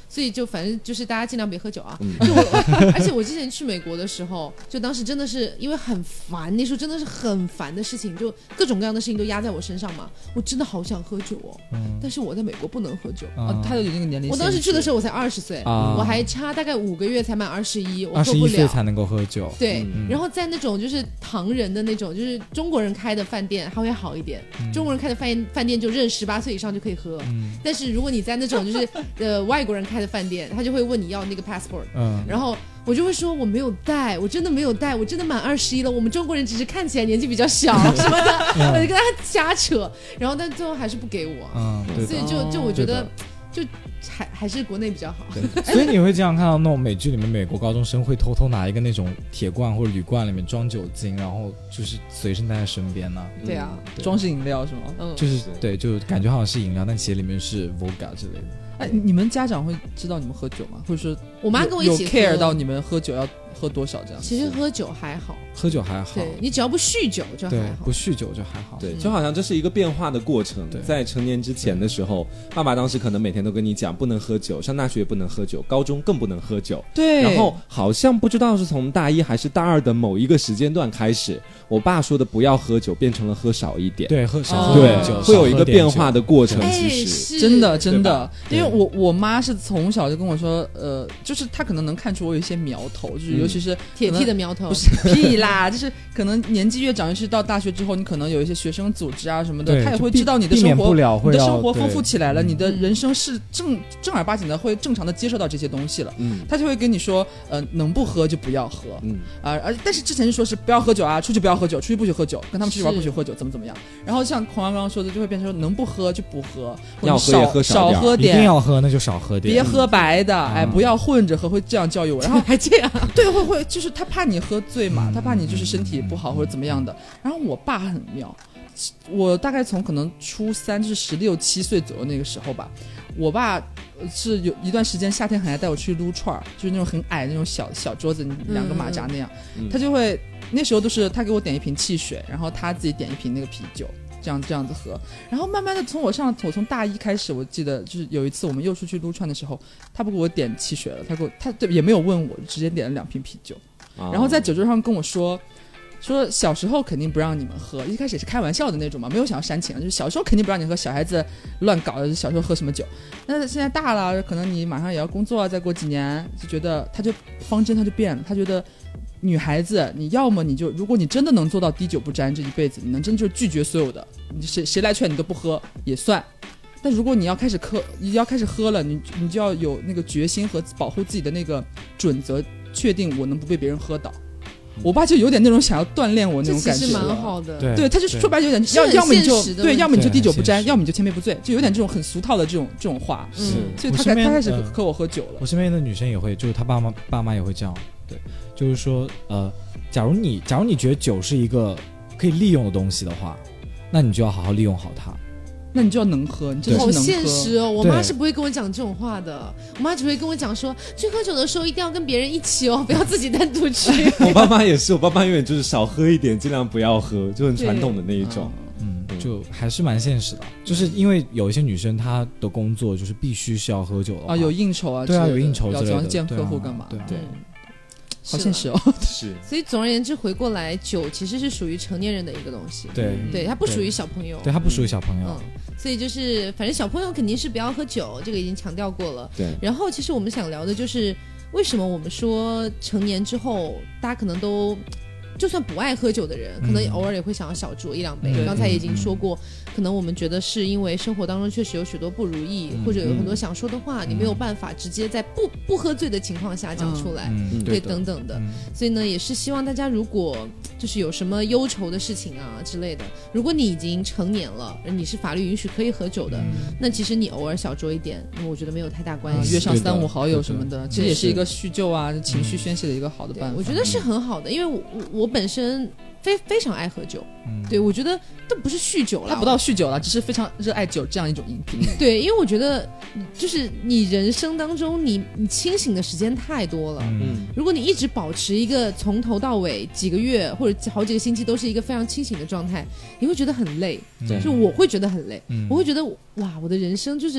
所以就反正就是大家尽量别喝酒啊。而且我之前去美国的时候，就当时真的是因为很烦，那时候真的是很烦的事情，就各种各样的事情都压在我身上嘛。我真的好想喝酒哦，但是我在美国不能喝酒。 他有那个年龄限制。 我当时去的时候我才20岁，我还差大概5个月才满21，我喝不了。 21岁才能够喝酒。 对，然后在那种就是唐人的那种，就是中国人开的饭店还会好一点。中国人开的饭店就认18岁以上就可以喝，但是如果你在那种就是外国人开的饭店，他就会问你要那个 passport，然后我就会说我没有带，我真的没有带，我真的满21了，我们中国人只是看起来年纪比较小什么的，我就跟他瞎扯，然后但最后还是不给我，所以就我觉得就还是国内比较好。 所以你会经常看到那种美剧里面美国高中生会偷偷拿一个那种铁罐或者铝罐里面装酒精，然后就是随身带在身边呢。 对啊， 装饰饮料是吗？ 就是对，就感觉好像是饮料，但其实里面是 vodka 之类的。 哎，你们家长会知道你们喝酒吗？或者说我妈跟我一起有 care 到你们喝酒要喝多少这样？ 其实喝酒还好， 喝酒还好， 对你只要不酗酒就还好， 对，不酗酒就还好。 对，就好像这是一个变化的过程。在成年之前的时候，爸爸当时可能每天都跟你讲不能喝酒，上大学也不能喝酒，高中更不能喝酒。 对， 然后好像不知道是从大1还是大2的某一个时间段开始，我爸说的不要喝酒变成了喝少一点。 对，喝少喝点酒， 会有一个变化的过程。其实真的，因为我妈是从小就跟我说，就是她可能能看出我有一些苗头，就是尤其是铁 T 的苗头， 不是屁啦，就是可能年纪越长，尤其是到大学之后，你可能有一些学生组织啊什么的，她也会知道你的生活丰富起来了，你的人生是正儿八经的会正常的接受到这些东西了，她就会跟你说，能不喝就不要喝，但是之前就说是不要喝酒啊，出去不要喝酒，出去不许喝酒，跟他们出去玩不许喝酒，怎么样？然后像孔阳刚刚说的，就会变成说能不喝就不喝， 要喝也喝少喝点， 一定要喝那就少喝点， 别喝白的，哎，不要混着喝，会这样教育我，然后还这样， 对，会就是他怕你喝醉嘛，他怕你就是身体不好或者怎么样的。然后我爸很妙，我大概从可能初3就是16、17岁左右那个时候吧，我爸是有一段时间夏天很爱带我去撸串，就是那种很矮那种小桌子，2个马扎那样，他就会那时候都是他给我点一瓶汽水，然后他自己点一瓶那个啤酒。这样子喝，然后慢慢的从我从大1开始，我记得就是有一次我们又出去撸串的时候，他不给我点汽水了，他也没有问我，直接点了2瓶啤酒，然后在酒桌上跟我说小时候肯定不让你们喝，一开始也是开玩笑的那种嘛，没有想要煽情，就是小时候肯定不让你喝，小孩子乱搞的，小时候喝什么酒？那现在大了，可能你马上也要工作啊，再过几年就觉得方针他就变了，他觉得。女孩子，你要么你就，如果你真的能做到滴酒不沾这一辈子，你能真的就是拒绝所有的，谁来劝你都不喝也算。但如果你要开始喝了，你就要有那个决心和保护自己的那个准则，确定我能不被别人喝倒。我爸就有点那种想要锻炼我那种感觉， 这其实蛮好的。 对，他就说白了有点要么你就对，要么你就滴酒不沾，要么你就千杯不醉，就有点这种很俗套的这种话。所以他开始和我喝酒了。 我身边的女生也会，就是她爸妈也会这样。对，就是说假如你觉得酒是一个可以利用的东西的话，那你就要好好利用好它。 那你就要能喝，你真的是能喝。 好现实哦！我妈是不会跟我讲这种话的，我妈只会跟我讲说，去喝酒的时候一定要跟别人一起哦，不要自己单独去。 我爸妈也是，我爸妈永远就是少喝一点，尽量不要喝，就很传统的那一种。 就还是蛮现实的，就是因为有一些女生她的工作就是必须是要喝酒的啊，有应酬啊， 对啊，有应酬之类的， 要见客户干嘛？ 对。 好现实哦， 是。 所以总而言之，回过来，酒其实是属于成年人的一个东西，对，它不属于小朋友， 对，它不属于小朋友。 所以就是，反正小朋友肯定是不要喝酒，这个已经强调过了。 对。 然后，其实我们想聊的就是，为什么我们说成年之后，大家可能都。就算不爱喝酒的人，可能偶尔也会想要小酌1-2杯。刚才也已经说过，可能我们觉得是因为生活当中确实有许多不如意，或者有很多想说的话，你没有办法直接在不喝醉的情况下讲出来，对，等等的。所以呢，也是希望大家如果就是有什么忧愁的事情啊之类的，如果你已经成年了，你是法律允许可以喝酒的，那其实你偶尔小酌一点，我觉得没有太大关系。 约上3-5好友什么的，其实也是一个叙旧啊、情绪宣泄的一个好的办法。 我觉得是很好的，因为我本身非常爱喝酒，对，我觉得都不是酗酒了， 他不到酗酒了，只是非常热爱酒这样一种饮品。 对，因为我觉得就是你人生当中你清醒的时间太多了，如果你一直保持一个从头到尾几个月或者好几个星期都是一个非常清醒的状态，你会觉得很累，就我会觉得很累，我会觉得哇，我的人生就是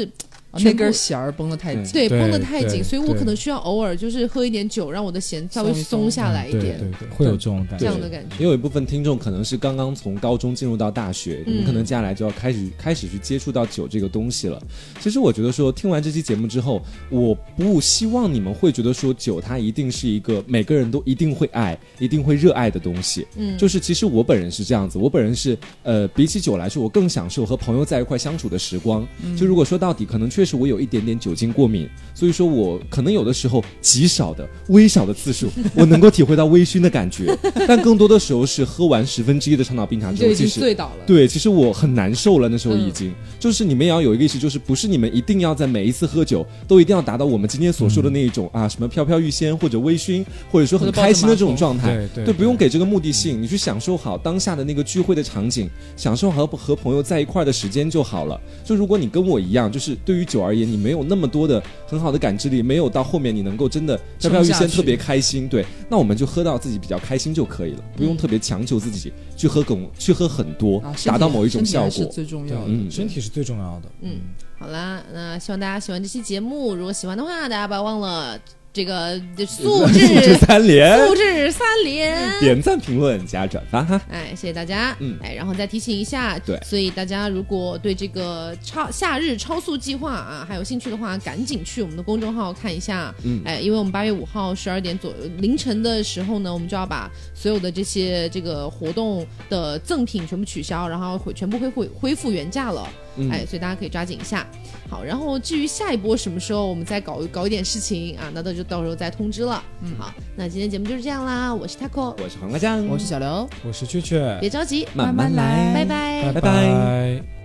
那根弦儿绷得太紧， 对，绷得太紧，所以我可能需要偶尔就是喝一点酒，让我的弦稍微松下来一点， 对，会有这种感觉， 这样的感觉。 也有一部分听众可能是刚刚从高中进入到大学，你们可能接下来就要开始去接触到酒这个东西了。其实我觉得说，听完这期节目之后，我不希望你们会觉得说酒它一定是一个每个人都一定会爱、一定会热爱的东西。就是其实我本人是这样子，我本人是比起酒来说，我更享受和朋友在一块相处的时光。就如果说到底，可能确实我有一点点酒精过敏，所以说我可能有的时候极少的微小的次数我能够体会到微醺的感觉，但更多的时候是喝完1/10的长岛冰茶之后， 就已经醉倒了。 对，其实我很难受了，那时候已经就是你们也要有一个意识，就是不是你们一定要在每一次喝酒都一定要达到我们今天所说的那一种什么飘飘欲仙或者微醺或者说很开心的这种状态，对，不用给这个目的性，你去享受好当下的那个聚会的场景，享受和朋友在一块的时间就好了。就如果你跟我一样，就是对于酒而言，你没有那么多的很好的感知力，没有到后面你能够真的飘飘欲仙特别开心，对，那我们就喝到自己比较开心就可以了，不用特别强求自己去喝很多，达到某一种效果。 身体是最重要的， 身体是最重要的。 好啦，那希望大家喜欢这期节目，如果喜欢的话，大家不要忘了这个素质 3连，点赞、评论加转发哈！ 谢谢大家。然后再提醒一下， 对， 所以大家如果对这个夏日超速计划还有兴趣的话，赶紧去我们的公众号看一下。因为我们8月5号12点左右凌晨的时候呢，我们就要把所有的这个活动的赠品全部取消，然后全部恢复原价了。所以大家可以抓紧一下。好，然后至于下一波什么时候我们再搞一点事情那就到时候再通知了。好，那今天节目就是这样啦。我是 Taco， 我是黄瓜酱， 我是小刘， 我是雀雀， 别着急， 慢慢来， 拜拜， 拜拜。